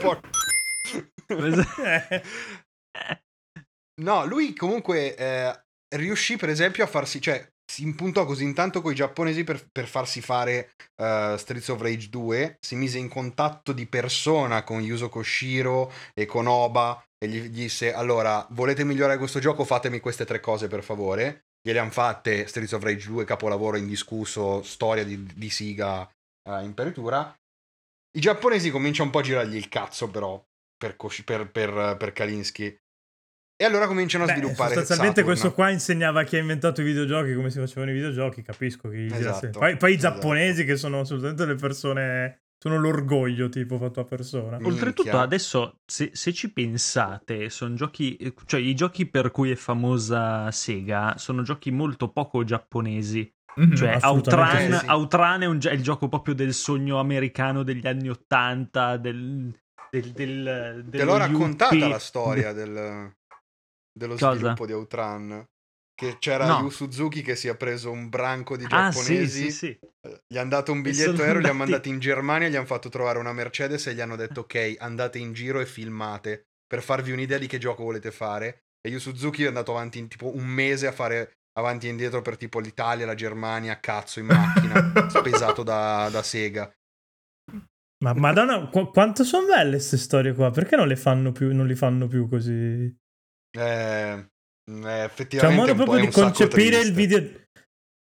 No, lui comunque riuscì per esempio a farsi, cioè si impuntò così intanto con i giapponesi per farsi fare Streets of Rage 2, si mise in contatto di persona con Yuzo Koshiro e con Oba e gli disse: allora, volete migliorare questo gioco, fatemi queste 3 cose per favore. Gliele han fatte. Streets of Rage 2, capolavoro indiscusso, storia di Sega in peritura. I giapponesi cominciano un po' a girargli il cazzo però per Kalinski. E allora cominciano a sviluppare sostanzialmente Saturn. questo qua insegnava a chi ha inventato i videogiochi come si facevano i videogiochi, capisco che poi i giapponesi che sono assolutamente le persone, sono l'orgoglio tipo fatto a persona. Oltretutto adesso se ci pensate sono giochi, cioè i giochi per cui è famosa Sega sono giochi molto poco giapponesi. Cioè Outrun è il gioco proprio del sogno americano degli anni 80 te l'ho raccontata la storia dello sviluppo di Outrun, che c'era Yu Suzuki che si è preso un branco di giapponesi, sì. Gli hanno dato un biglietto aereo, li hanno mandati in Germania, gli hanno fatto trovare una Mercedes e gli hanno detto ok, andate in giro e filmate per farvi un'idea di che gioco volete fare. E Yu Suzuki è andato avanti in tipo un mese a fare avanti e indietro per tipo l'Italia, la Germania, cazzo, in macchina, spesato da Sega. Ma madonna, quanto sono belle queste storie qua, perché non li fanno più così? Effettivamente c'è un modo proprio di concepire il video.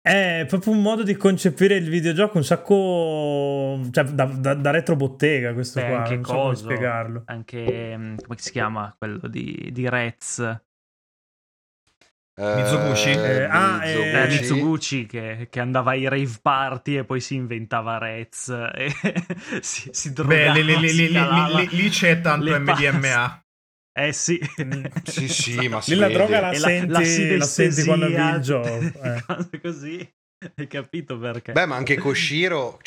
È proprio un modo di concepire il videogioco un sacco, cioè, da retrobottega questo Beh, qua, anche non so come coso, spiegarlo. anche come si chiama quello di Rez, Mizoguchi? Mitsuguchi che andava ai rave party e poi si inventava Rez e si Beh, drogava, si calava lì c'è tanto le MDMA. Sì. Sì, ma si Lì la vede. droga la E senti quando avvi il tutte gioco. cose così, hai capito perché? Beh, ma anche Koshiro,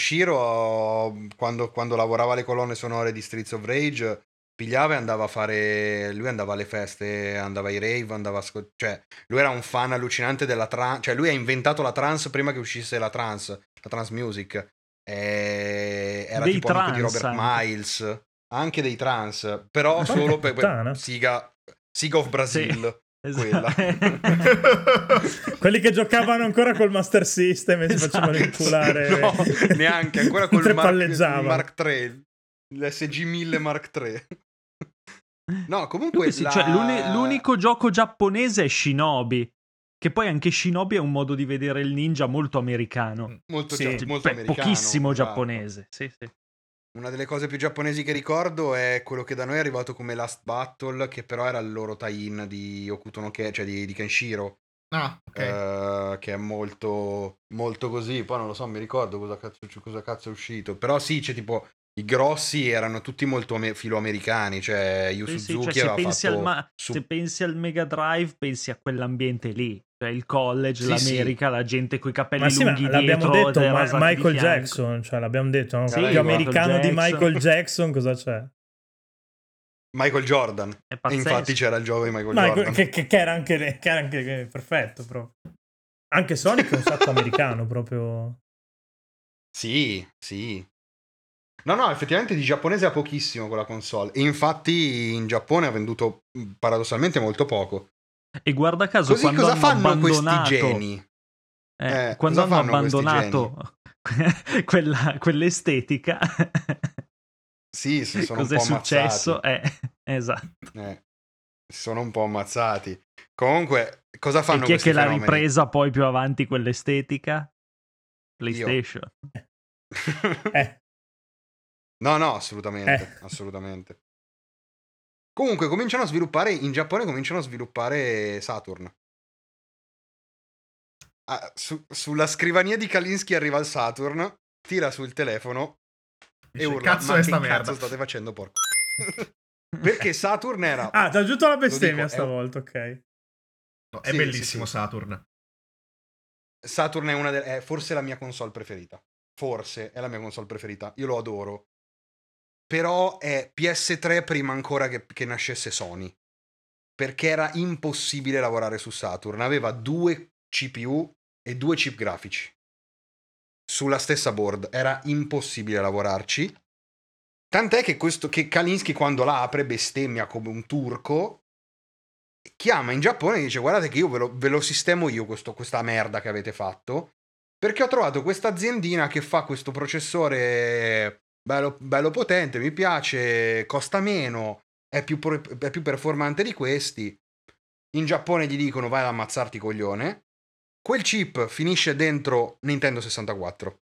quando lavorava alle colonne sonore di Streets of Rage, pigliava e andava a fare, lui andava alle feste, andava ai rave, cioè lui era un fan allucinante della trance, cioè lui ha inventato la trance prima che uscisse la trance music. Era Dei tipo amico di trance Robert anche. Miles, anche dei trance, però Ma solo porca per puttana. Siga of Brazil. Quella. Quelli che giocavano ancora col Master System e si facevano inculare. No, neanche, ancora col mentre Mark palleggiavano. III, l'SG-1000 Mark III. No, comunque Sì, cioè, l'unico gioco giapponese è Shinobi, che poi anche Shinobi è un modo di vedere il ninja molto americano. molto, Sì. molto americano. Pochissimo esatto. giapponese, sì. Una delle cose più giapponesi che ricordo è quello che da noi è arrivato come Last Battle, che però era il loro tie-in di Hokuto no Ken, cioè di Kenshiro. Ah, ok. Che è molto, molto così. Poi non lo so, mi ricordo cosa cazzo è uscito. Però sì, c'è tipo i grossi erano tutti molto filoamericani. Cioè Yu Sì, Suzuki cioè, aveva fatto se pensi al Mega Drive, pensi a quell'ambiente lì. Cioè il college, Sì, l'America, la gente coi capelli Ma sì, ma lunghi l'abbiamo dietro, detto, dei rasati di Michael fianco. Jackson, cioè l'abbiamo detto, no? Sì, Più Michael americano di Jackson. Michael Jackson cosa c'è? Michael Jordan. È E pazzesco. infatti c'era il gioco di Michael Jordan. Che era anche perfetto, proprio. Anche Sonic è un sacco americano, proprio. Sì. No, effettivamente di giapponese ha pochissimo quella console. E infatti in Giappone ha venduto paradossalmente molto poco. E guarda caso, Così quando cosa hanno fanno abbandonato, questi geni? quando cosa hanno fanno questi abbandonato quell'estetica, Sì, si sono cos'è un po' successo? ammazzati. Esatto. Si sono un po' ammazzati. Comunque, cosa E fanno chi è questi che l'ha fenomeni? ripresa poi più avanti quell'estetica? PlayStation. No, assolutamente. Comunque, in Giappone cominciano a sviluppare Saturn. Sulla scrivania di Kalinsky arriva il Saturn, tira sul telefono e Dice, urla: cazzo ma è che sta cazzo merda? state facendo, porco? Perché Saturn era... Ah, ti ha aggiunto la Lo dico, bestemmia è stavolta, ok. No, è Sì, bellissimo sì. Saturn. Saturn è forse la mia console preferita. Forse è la mia console preferita. Io lo adoro. Però è PS3 prima ancora che nascesse Sony. Perché era impossibile lavorare su Saturn. Aveva 2 CPU e 2 chip grafici. Sulla stessa board. Era impossibile lavorarci. Tant'è che Kalinsky quando la apre bestemmia come un turco. Chiama in Giappone e dice: guardate che io ve lo sistemo io questa merda che avete fatto, perché ho trovato questa aziendina che fa questo processore bello potente, mi piace, costa meno, è più performante di questi. In Giappone gli dicono: vai ad ammazzarti, coglione. Quel chip finisce dentro Nintendo 64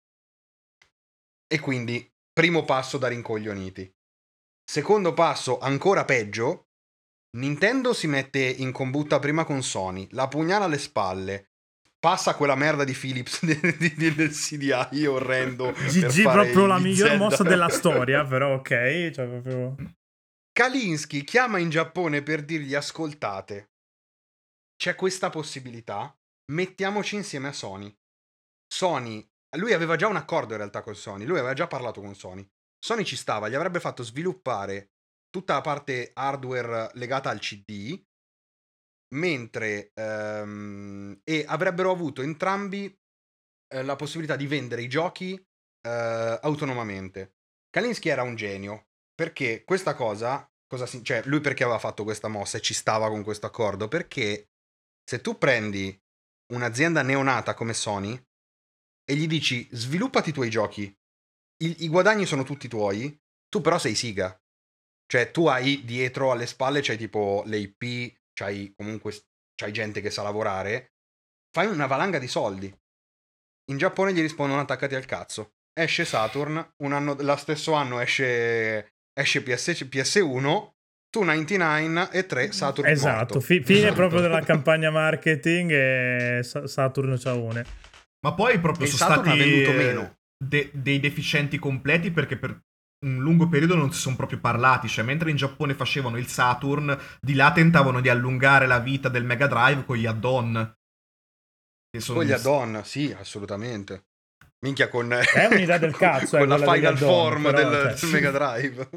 e quindi primo passo da rincoglioniti. Secondo passo ancora peggio. Nintendo si mette in combutta prima con Sony, la pugnala alle spalle, passa quella merda di Philips del CDI orrendo. GG proprio la miglior mossa della storia, però ok, cioè proprio... Kalinsky chiama in Giappone per dirgli: ascoltate, c'è questa possibilità, mettiamoci insieme a Sony. Lui aveva già un accordo in realtà con Sony, lui aveva già parlato con Sony. Sony ci stava, gli avrebbe fatto sviluppare tutta la parte hardware legata al CD, mentre e avrebbero avuto entrambi la possibilità di vendere i giochi autonomamente. Kalinsky era un genio, perché questa cioè lui perché aveva fatto questa mossa e ci stava con questo accordo? Perché se tu prendi un'azienda neonata come Sony e gli dici sviluppati i tuoi giochi, i guadagni sono tutti tuoi, tu però sei Sega. Cioè tu hai dietro alle spalle c'hai tipo le IP, c'hai gente che sa lavorare, fai una valanga di soldi. In Giappone gli rispondono attaccati al cazzo. Esce Saturn, lo stesso anno esce PS1, 299 e 3 Saturn Esatto, morto. fine Esatto. proprio della campagna marketing e Saturn ciaone. Ma poi proprio E sono Saturn ha stati venduto meno. dei deficienti completi, perché per un lungo periodo non si sono proprio parlati. Cioè, mentre in Giappone facevano il Saturn, di là tentavano di allungare la vita del Mega Drive con gli add-on. Che sono Con gli add-on, sì, assolutamente. Minchia, con È un'idea del cazzo, con la quella degli Final add-on, Form però, del cioè, Mega Drive.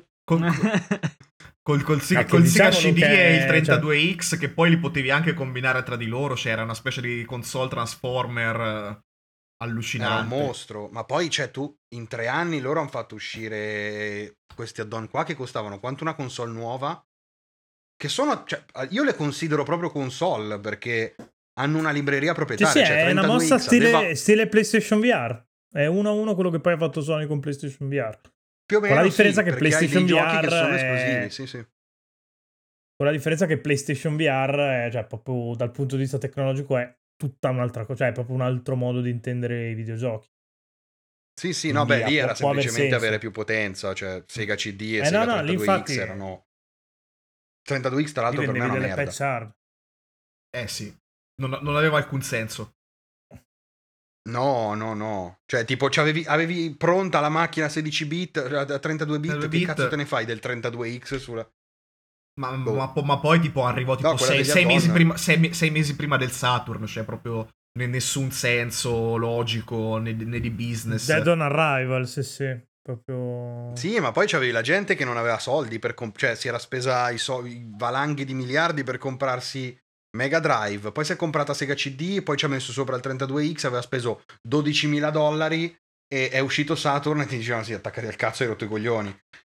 Col Sega diciamolo CD che- e il 32X, che poi li potevi anche combinare tra di loro. C'era una specie di console Transformer Era un allucinante. mostro. Ma poi, cioè, tu in 3 anni loro hanno fatto uscire questi add-on qua che costavano quanto una console nuova. Che sono, cioè, io le considero proprio console perché hanno una libreria Sì, proprietaria. sì, cioè, è una 32X mossa aveva stile PlayStation VR. È 1-1 quello che poi ha fatto Sony con PlayStation VR. più o Con meno la differenza sì, che perché hai PlayStation dei giochi VR che sono è- esclusivi. Sì, sì. Con la differenza che PlayStation VR è, cioè, proprio dal punto di vista tecnologico è tutta un'altra cosa, cioè è proprio un altro modo di intendere i videogiochi. Sì, sì, no, Quindi beh, lì era può aver semplicemente senso. avere più potenza, cioè Sega CD e No, Sega no, lì 32X infatti erano 32X tra l'altro per me è vendevi una delle merda. patch hard. Sì, non aveva alcun senso. No, no, no. Cioè, tipo, avevi pronta la macchina 16 bit, a 32 bit, 32 che bit. cazzo te ne fai del 32X sulla... Ma poi tipo arrivò tipo No, quella degli sei mesi add-on. prima, sei mesi prima del Saturn, cioè proprio nessun senso logico né di business. Dead on Arrival, sì, proprio... Sì, ma poi c'avevi la gente che non aveva soldi per cioè si era spesa i valanghi di miliardi per comprarsi Mega Drive, poi si è comprata Sega CD, poi ci ha messo sopra il 32X, aveva speso $12.000 e è uscito Saturn e ti dicevano sì, attaccati al cazzo e hai rotto i coglioni.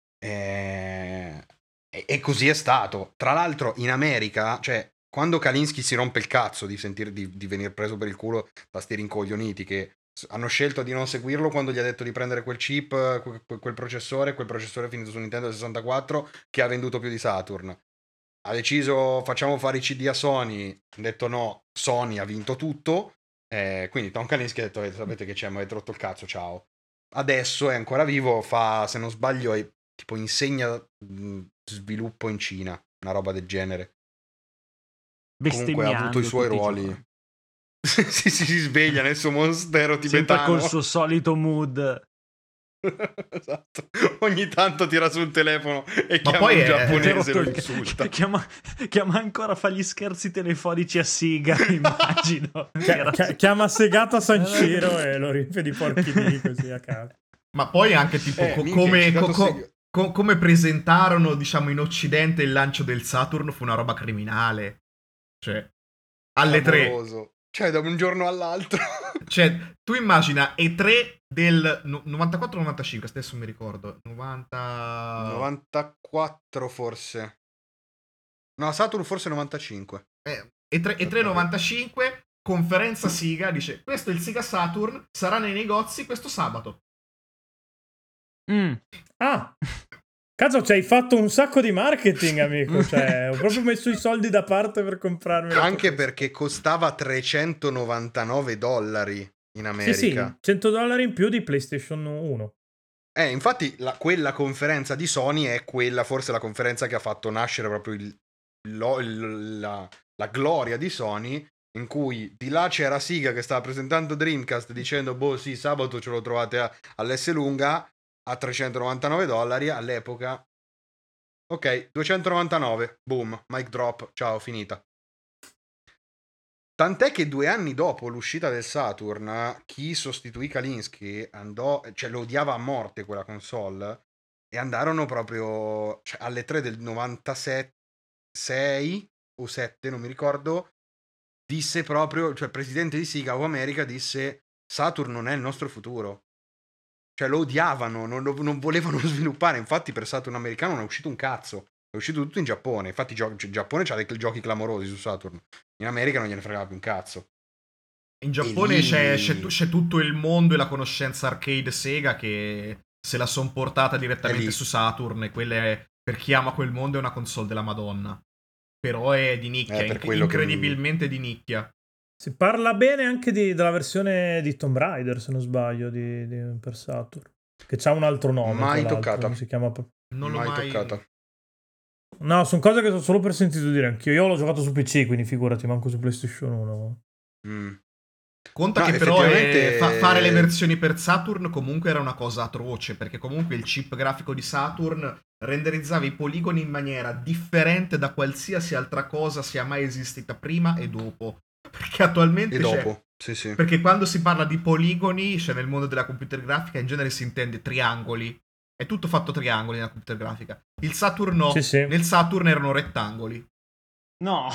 E così è stato. Tra l'altro in America, cioè quando Kalinski si rompe il cazzo di sentire di venire preso per il culo da sti rincoglioniti che hanno scelto di non seguirlo quando gli ha detto di prendere quel chip, quel processore è finito su Nintendo 64 che ha venduto più di Saturn. Ha deciso facciamo fare i CD a Sony, ha detto no, Sony ha vinto tutto, quindi Tom Kalinske ha detto sapete che c'è, mi avete rotto il cazzo, ciao. Adesso è ancora vivo, fa, se non sbaglio, tipo insegna sviluppo in Cina, una roba del genere. Comunque ha avuto i suoi ruoli. si sveglia nel suo monstero tibetano. Sempre col suo solito mood. Esatto. Ogni tanto tira sul telefono e Ma chiama poi un è- giapponese e lo il- insulta. chiama ancora, fa gli scherzi telefonici a Siga, immagino. Chiama Segata Sanshiro e lo riempie di porchini così a caso. Ma poi anche tipo come presentarono, diciamo, in Occidente il lancio del Saturn fu una roba criminale. Cioè, alle 3. Clamoroso. Cioè, da un giorno all'altro. Cioè, tu immagina E3 del 94-95, adesso mi ricordo. 94 forse. No, Saturn forse 95. E3 95, conferenza Siga, dice, questo è il Sega Saturn, sarà nei negozi questo sabato. Ah, cazzo, ci hai fatto un sacco di marketing, amico. Cioè, ho proprio messo i soldi da parte per comprarmi. Anche perché costava $399 in America. Sì, $100 in più di PlayStation 1. Infatti quella conferenza di Sony è quella, forse la conferenza che ha fatto nascere proprio la gloria di Sony, in cui di là c'era Siga che stava presentando Dreamcast dicendo boh sì, sabato ce lo trovate all'S lunga a $399 all'epoca. Ok, 299, boom, mic drop, ciao, finita. Tant'è che 2 anni dopo l'uscita del Saturn, chi sostituì Kalinske cioè lo odiava a morte quella console, e andarono proprio, cioè, alle 3 del 96 o 7, non mi ricordo, disse proprio, cioè il presidente di Sega o America disse Saturn non è il nostro futuro. Cioè lo odiavano, non volevano sviluppare, infatti per Saturn americano non è uscito un cazzo. È uscito tutto in Giappone. Infatti il Giappone c'ha dei giochi clamorosi su Saturn. In America non gliene fregava più un cazzo. In Giappone lì- c'è tutto il mondo e la conoscenza arcade Sega che se la son portata È direttamente lì. su Saturn, e quella è, per chi ama quel mondo, è una console della Madonna. Però è di nicchia, Per quello che incredibilmente di nicchia. Si parla bene anche della versione di Tomb Raider, se non sbaglio, per Saturn. Che c'ha un altro nome. Mai tra l'altro, toccata. non si chiama Non l'ho mai toccata. No, sono cose che ho solo per sentito dire anch'io. Io l'ho giocato su PC, quindi figurati, manco su PlayStation 1. Conta No, che però effettivamente- fare le versioni per Saturn comunque era una cosa atroce, perché comunque il chip grafico di Saturn renderizzava i poligoni in maniera differente da qualsiasi altra cosa sia mai esistita prima e dopo. Perché attualmente E dopo, sì. perché quando si parla di poligoni, cioè nel mondo della computer grafica in genere si intende triangoli. È tutto fatto triangoli nella computer grafica. Il Saturn no, Sì. nel Saturn erano rettangoli. No.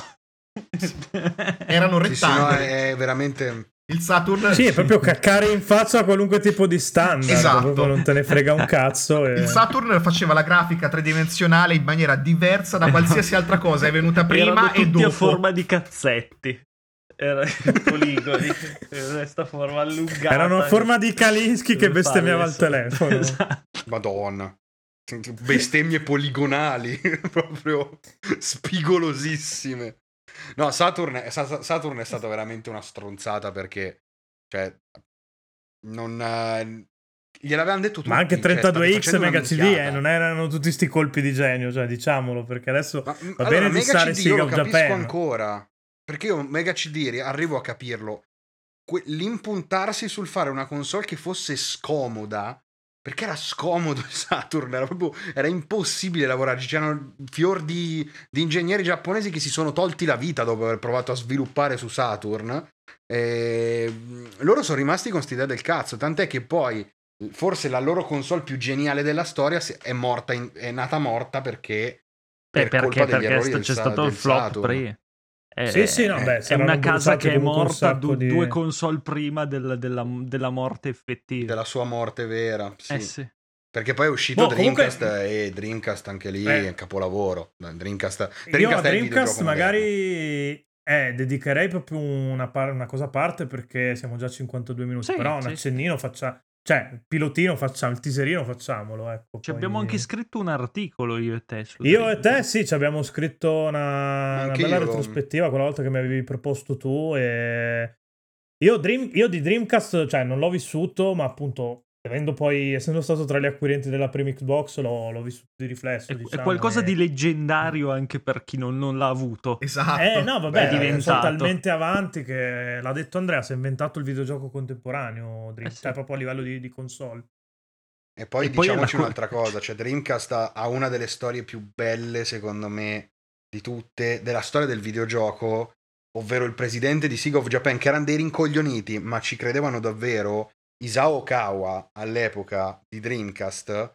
Erano Sì, sì, no, rettangoli. è veramente... Il Saturn Sì, è proprio caccare in faccia a qualunque tipo di standard. Esatto. Proprio non te ne frega un cazzo. Il Saturn faceva la grafica tridimensionale in maniera diversa da qualsiasi altra cosa è venuta prima Erano e tutti dopo. a forma di cazzetti. Era poligoni. Questa forma allungata. Erano a forma di Kalinsky che bestemmiava al telefono. Esatto. Madonna. Bestemmie poligonali, proprio spigolosissime. No, Saturn è stata veramente una stronzata perché, cioè, non... gliel'avevano detto tutti. Ma anche cioè, state 32X facendo una Mega CD, minchiata. non erano tutti sti colpi di genio, cioè diciamolo, perché adesso Ma, va allora, bene di Mega stare CD Sega io of lo capisco Japan. ancora, perché io Mega CD arrivo a capirlo. L'impuntarsi sul fare una console che fosse scomoda, perché era scomodo il Saturn, era impossibile lavorarci. C'erano fior di ingegneri giapponesi che si sono tolti la vita dopo aver provato a sviluppare su Saturn. Loro sono rimasti con st'idea del cazzo, tant'è che poi forse la loro console più geniale della storia è nata morta perché colpa degli errori c'è stato il del flop Saturn. prima. Sì, no, beh, È una casa che è comunque un morta sacco di... 2 console prima della morte effettiva. Della sua morte vera, sì. Sì. Perché poi è uscito Comunque- Dreamcast e Dreamcast anche lì è capolavoro. Dreamcast Io a è il videogioco Dreamcast moderno. magari dedicherei proprio una cosa a parte perché siamo già a 52 minuti, Sì, però un sì. accennino cioè il pilotino facciamo, il teaserino facciamolo, ecco. Ci poi- abbiamo anche scritto un articolo io e te su Io e Dreamcast. te sì, ci abbiamo scritto una Anche bella io retrospettiva quella volta che mi avevi proposto tu e io di Dreamcast, cioè non l'ho vissuto, ma appunto essendo stato tra gli acquirenti della prima Xbox l'ho vissuto di riflesso, È diciamo, qualcosa e- di leggendario anche per chi non l'ha avuto. Esatto. No, È vabbè, diventato. sono talmente avanti che l'ha detto Andrea, si è inventato il videogioco contemporaneo, sì. cioè proprio a livello di console. E poi E poi è diciamoci la un'altra cosa, cioè Dreamcast ha una delle storie più belle secondo me di tutte della storia del videogioco, ovvero il presidente di Sega of Japan, che erano dei rincoglioniti ma ci credevano davvero. Isao Okawa all'epoca di Dreamcast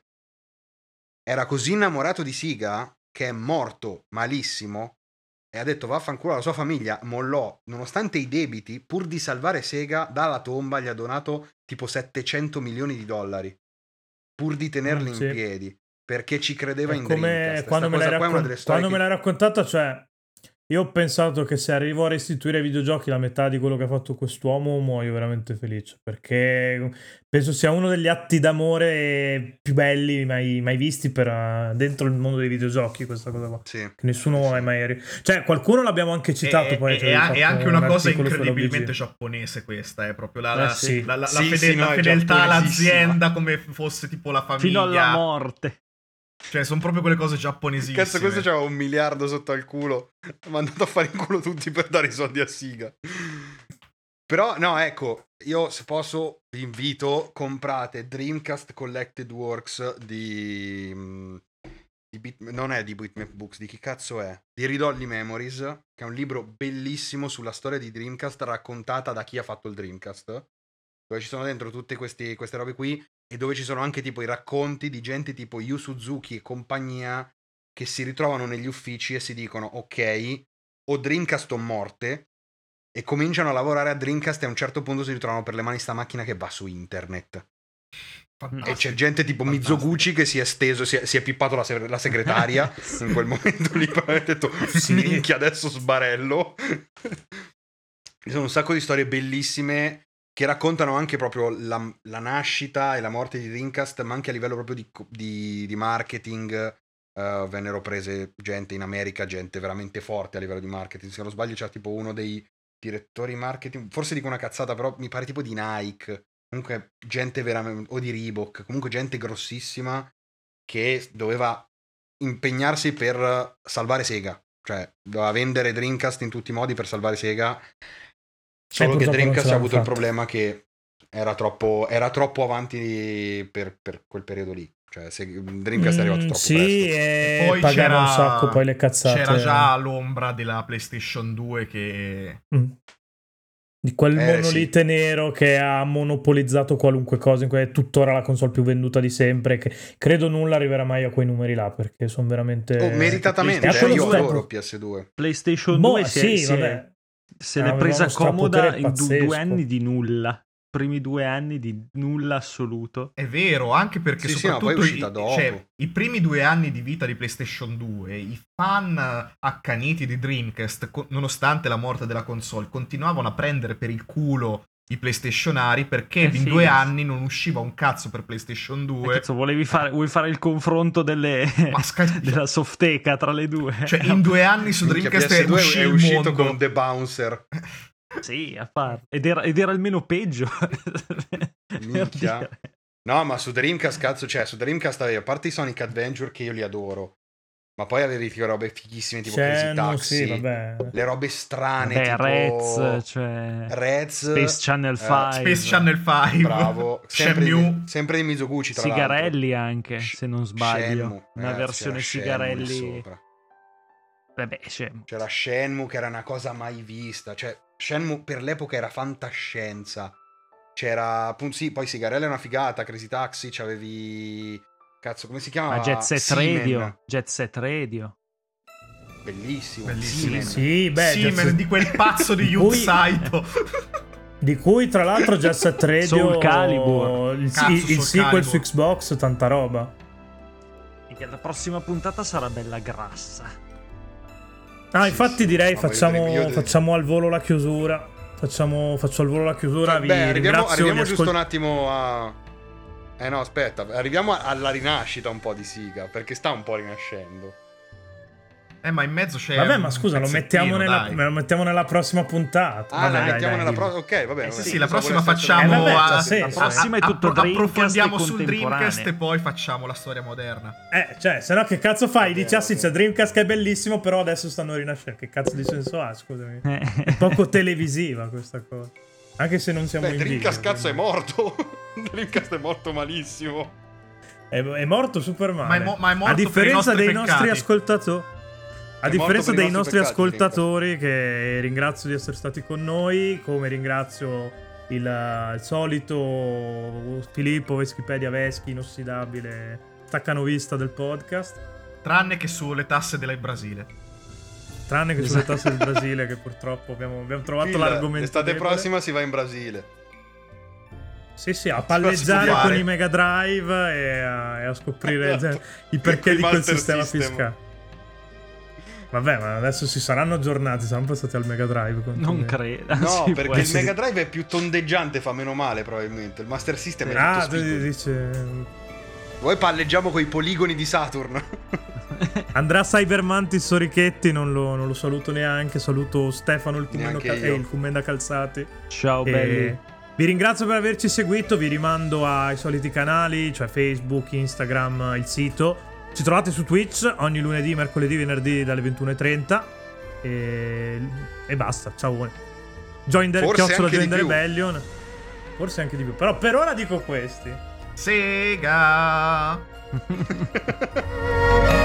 era così innamorato di Sega che è morto malissimo e ha detto vaffanculo alla sua famiglia, mollò nonostante i debiti, pur di salvare Sega dalla tomba gli ha donato tipo 700 milioni di dollari pur di tenerli in Sì. piedi perché ci credeva È in come Dreamcast. quando me Questa l'hai cosa qua è una delle storie quando me l'hai raccontata, cioè io ho pensato che se arrivo a restituire ai videogiochi la metà di quello che ha fatto quest'uomo muoio veramente felice, perché penso sia uno degli atti d'amore più belli mai visti dentro il mondo dei videogiochi, questa cosa qua. Sì. Che nessuno è mai... Cioè qualcuno l'abbiamo anche citato poi. È anche una cosa articolo sulla incredibilmente VG. giapponese questa, è proprio la sì. la Sì, sì, no, è fedeltà giapponesissima. all'azienda come fosse tipo la famiglia. Fino alla morte. Cioè, sono proprio quelle cose giapponesissime. Cazzo, questo c'aveva 1 miliardo sotto al culo. Mi ha mandato a fare in culo tutti per dare i soldi a Sega. Però, no, ecco, io se posso vi invito, comprate Dreamcast Collected Works non è di Bitmap Books, di chi cazzo è? Di Read Only Memories, che è un libro bellissimo sulla storia di Dreamcast raccontata da chi ha fatto il Dreamcast, dove ci sono dentro tutte queste robe qui e dove ci sono anche tipo i racconti di gente tipo Yu Suzuki e compagnia che si ritrovano negli uffici e si dicono ok, o Dreamcast o morte, e cominciano a lavorare a Dreamcast e a un certo punto si ritrovano per le mani sta macchina che va su internet. E c'è gente tipo Mizoguchi che si è steso, si è pippato la segretaria in quel momento lì, poi ha detto minchia adesso sbarello. Ci sono un sacco di storie bellissime che raccontano anche proprio la nascita e la morte di Dreamcast, ma anche a livello proprio di marketing. Vennero prese gente in America, gente veramente forte a livello di marketing. Se non sbaglio c'era tipo uno dei direttori marketing, forse dico una cazzata, però mi pare tipo di Nike, comunque gente veramente, o di Reebok, comunque gente grossissima che doveva impegnarsi per salvare Sega, cioè doveva vendere Dreamcast in tutti i modi per salvare Sega, solo che purtroppo non Dreamcast ce ha l'hanno avuto il fatta. problema che era troppo avanti per quel periodo lì, cioè Dreamcast è arrivato troppo sì, presto. e Poi pagava un sacco poi le cazzate. C'era già l'ombra della PlayStation 2 che... Di quel monolite sì. nero che ha monopolizzato qualunque cosa, è tuttora la console più venduta di sempre, che credo nulla arriverà mai a quei numeri là, perché sono veramente... Meritatamente, E a quello io tempo- adoro PS2. PlayStation Boh, 2 sì, vabbè. se l'è Aveva presa uno strapotere comoda in pazzesco. 2 anni di nulla. Primi 2 anni di nulla assoluto. È vero, anche perché Sì, no, poi soprattutto è uscita dopo. i primi 2 anni di vita di PlayStation 2, i fan accaniti di Dreamcast, nonostante la morte della console, continuavano a prendere per il culo i PlayStationari perché in sì. 2 anni non usciva un cazzo per PlayStation 2. Cazzo, vuoi fare il confronto della softeca tra le due? Cioè, in 2 anni su Minchia, Dreamcast è PS2 è uscito il mondo. con The Bouncer. Sì, a parte. Ed era almeno peggio. Minchia. Per dire. No, ma su Dreamcast, cazzo, cioè su Dreamcast avevi, a parte i Sonic Adventure che io li adoro, ma poi avevi tipo robe fighissime tipo Crazy Taxi, sì, vabbè. le robe strane Beh, tipo Rez, cioè... Rez, Space Channel 5. Space Channel 5. bravo, Shenmue. sempre di Mizoguchi tra Sigarelli l'altro. anche, se non sbaglio. Shenmue, Una ragazzi, versione c'era Shenmue lì Sigarelli. sopra. Vabbè, Shenmue. C'era Shenmue che era una cosa mai vista, cioè Shenmue per l'epoca era fantascienza. C'era appunto, sì, poi Sigarella è una figata, Crazy Taxi, c'avevi cazzo, come si chiama? Ma Jet Set Seaman. Radio. Jet Set Radio. Bellissimo. Bellissimo. Seaman. Sì, beh, Seaman, di quel pazzo di Di Yuki cui- Saito. Di cui tra l'altro Jet Set Radio, Soul Calibur. il Cazzo, sequel Soul su Calibur. Xbox, tanta roba. Minchia, la prossima puntata sarà bella grassa. Ah, Sì, infatti sì. direi No, ma io facciamo al volo la chiusura. Faccio al volo la chiusura. Vi ringrazio arriviamo di giusto un attimo a... no, aspetta, arriviamo alla rinascita un po' di Siga, perché sta un po' rinascendo. Ma in mezzo c'è Vabbè, un ma scusa, lo pezzettino, mettiamo nella prossima puntata. Ah, Vabbè, lo mettiamo nella dimmi. prossima. Ok, va bene. Sì, va bene. Sì, la Pensavo prossima volesse essere- facciamo vabbè, a- sì, La sì. prossima è tutto Dreamcast approfondiamo e sul Dreamcast contemporanee. e poi facciamo la storia moderna. Cioè, se no che cazzo fai? Va bene, Dici, ah sì, va c'è bene. Dreamcast che è bellissimo, però adesso stanno rinascendo. Che cazzo di senso ha, scusami? È poco televisiva questa cosa. Anche se non siamo Beh, in Dreamcast video, cazzo è morto. Dreamcast è morto malissimo. È morto super male. Ma è morto a differenza per i nostri dei nostri peccati. ascoltatori. A È differenza morto per i dei nostri nostri peccati, ascoltatori, che ringrazio di essere stati con noi, come ringrazio il solito Filippo Veschipedia Veschi, inossidabile staccanovista del podcast. Tranne che sulle tasse del Brasile. Tranne che sulle tasse del Brasile, che purtroppo abbiamo trovato l'argomento. L'estate debole. prossima si va in Brasile. Sì, a palleggiare fare. con i Mega Drive e a scoprire Esatto. i perché Il di quel Master sistema System. fiscale. Vabbè, ma adesso si saranno aggiornati, saranno passati al Mega Drive. Non credo. No, Sì, perché può il essere. Mega Drive è più tondeggiante, fa meno male probabilmente. Il Master System è Ah, tutto spinto. dice... Voi palleggiamo coi poligoni di Saturn. Andrà Cybermantis Sorichetti, non lo saluto neanche. Saluto Stefano il Neanche io. il Commenda Calzati. Ciao E belli. vi ringrazio per averci seguito. Vi rimando ai soliti canali, cioè Facebook, Instagram, il sito. Ci trovate su Twitch ogni lunedì, mercoledì, venerdì dalle 21:30. E basta, ciao. Join the Forse Chiocciola anche Join di the più. Rebellion. Forse anche di più. Però per ora dico questi. Sega.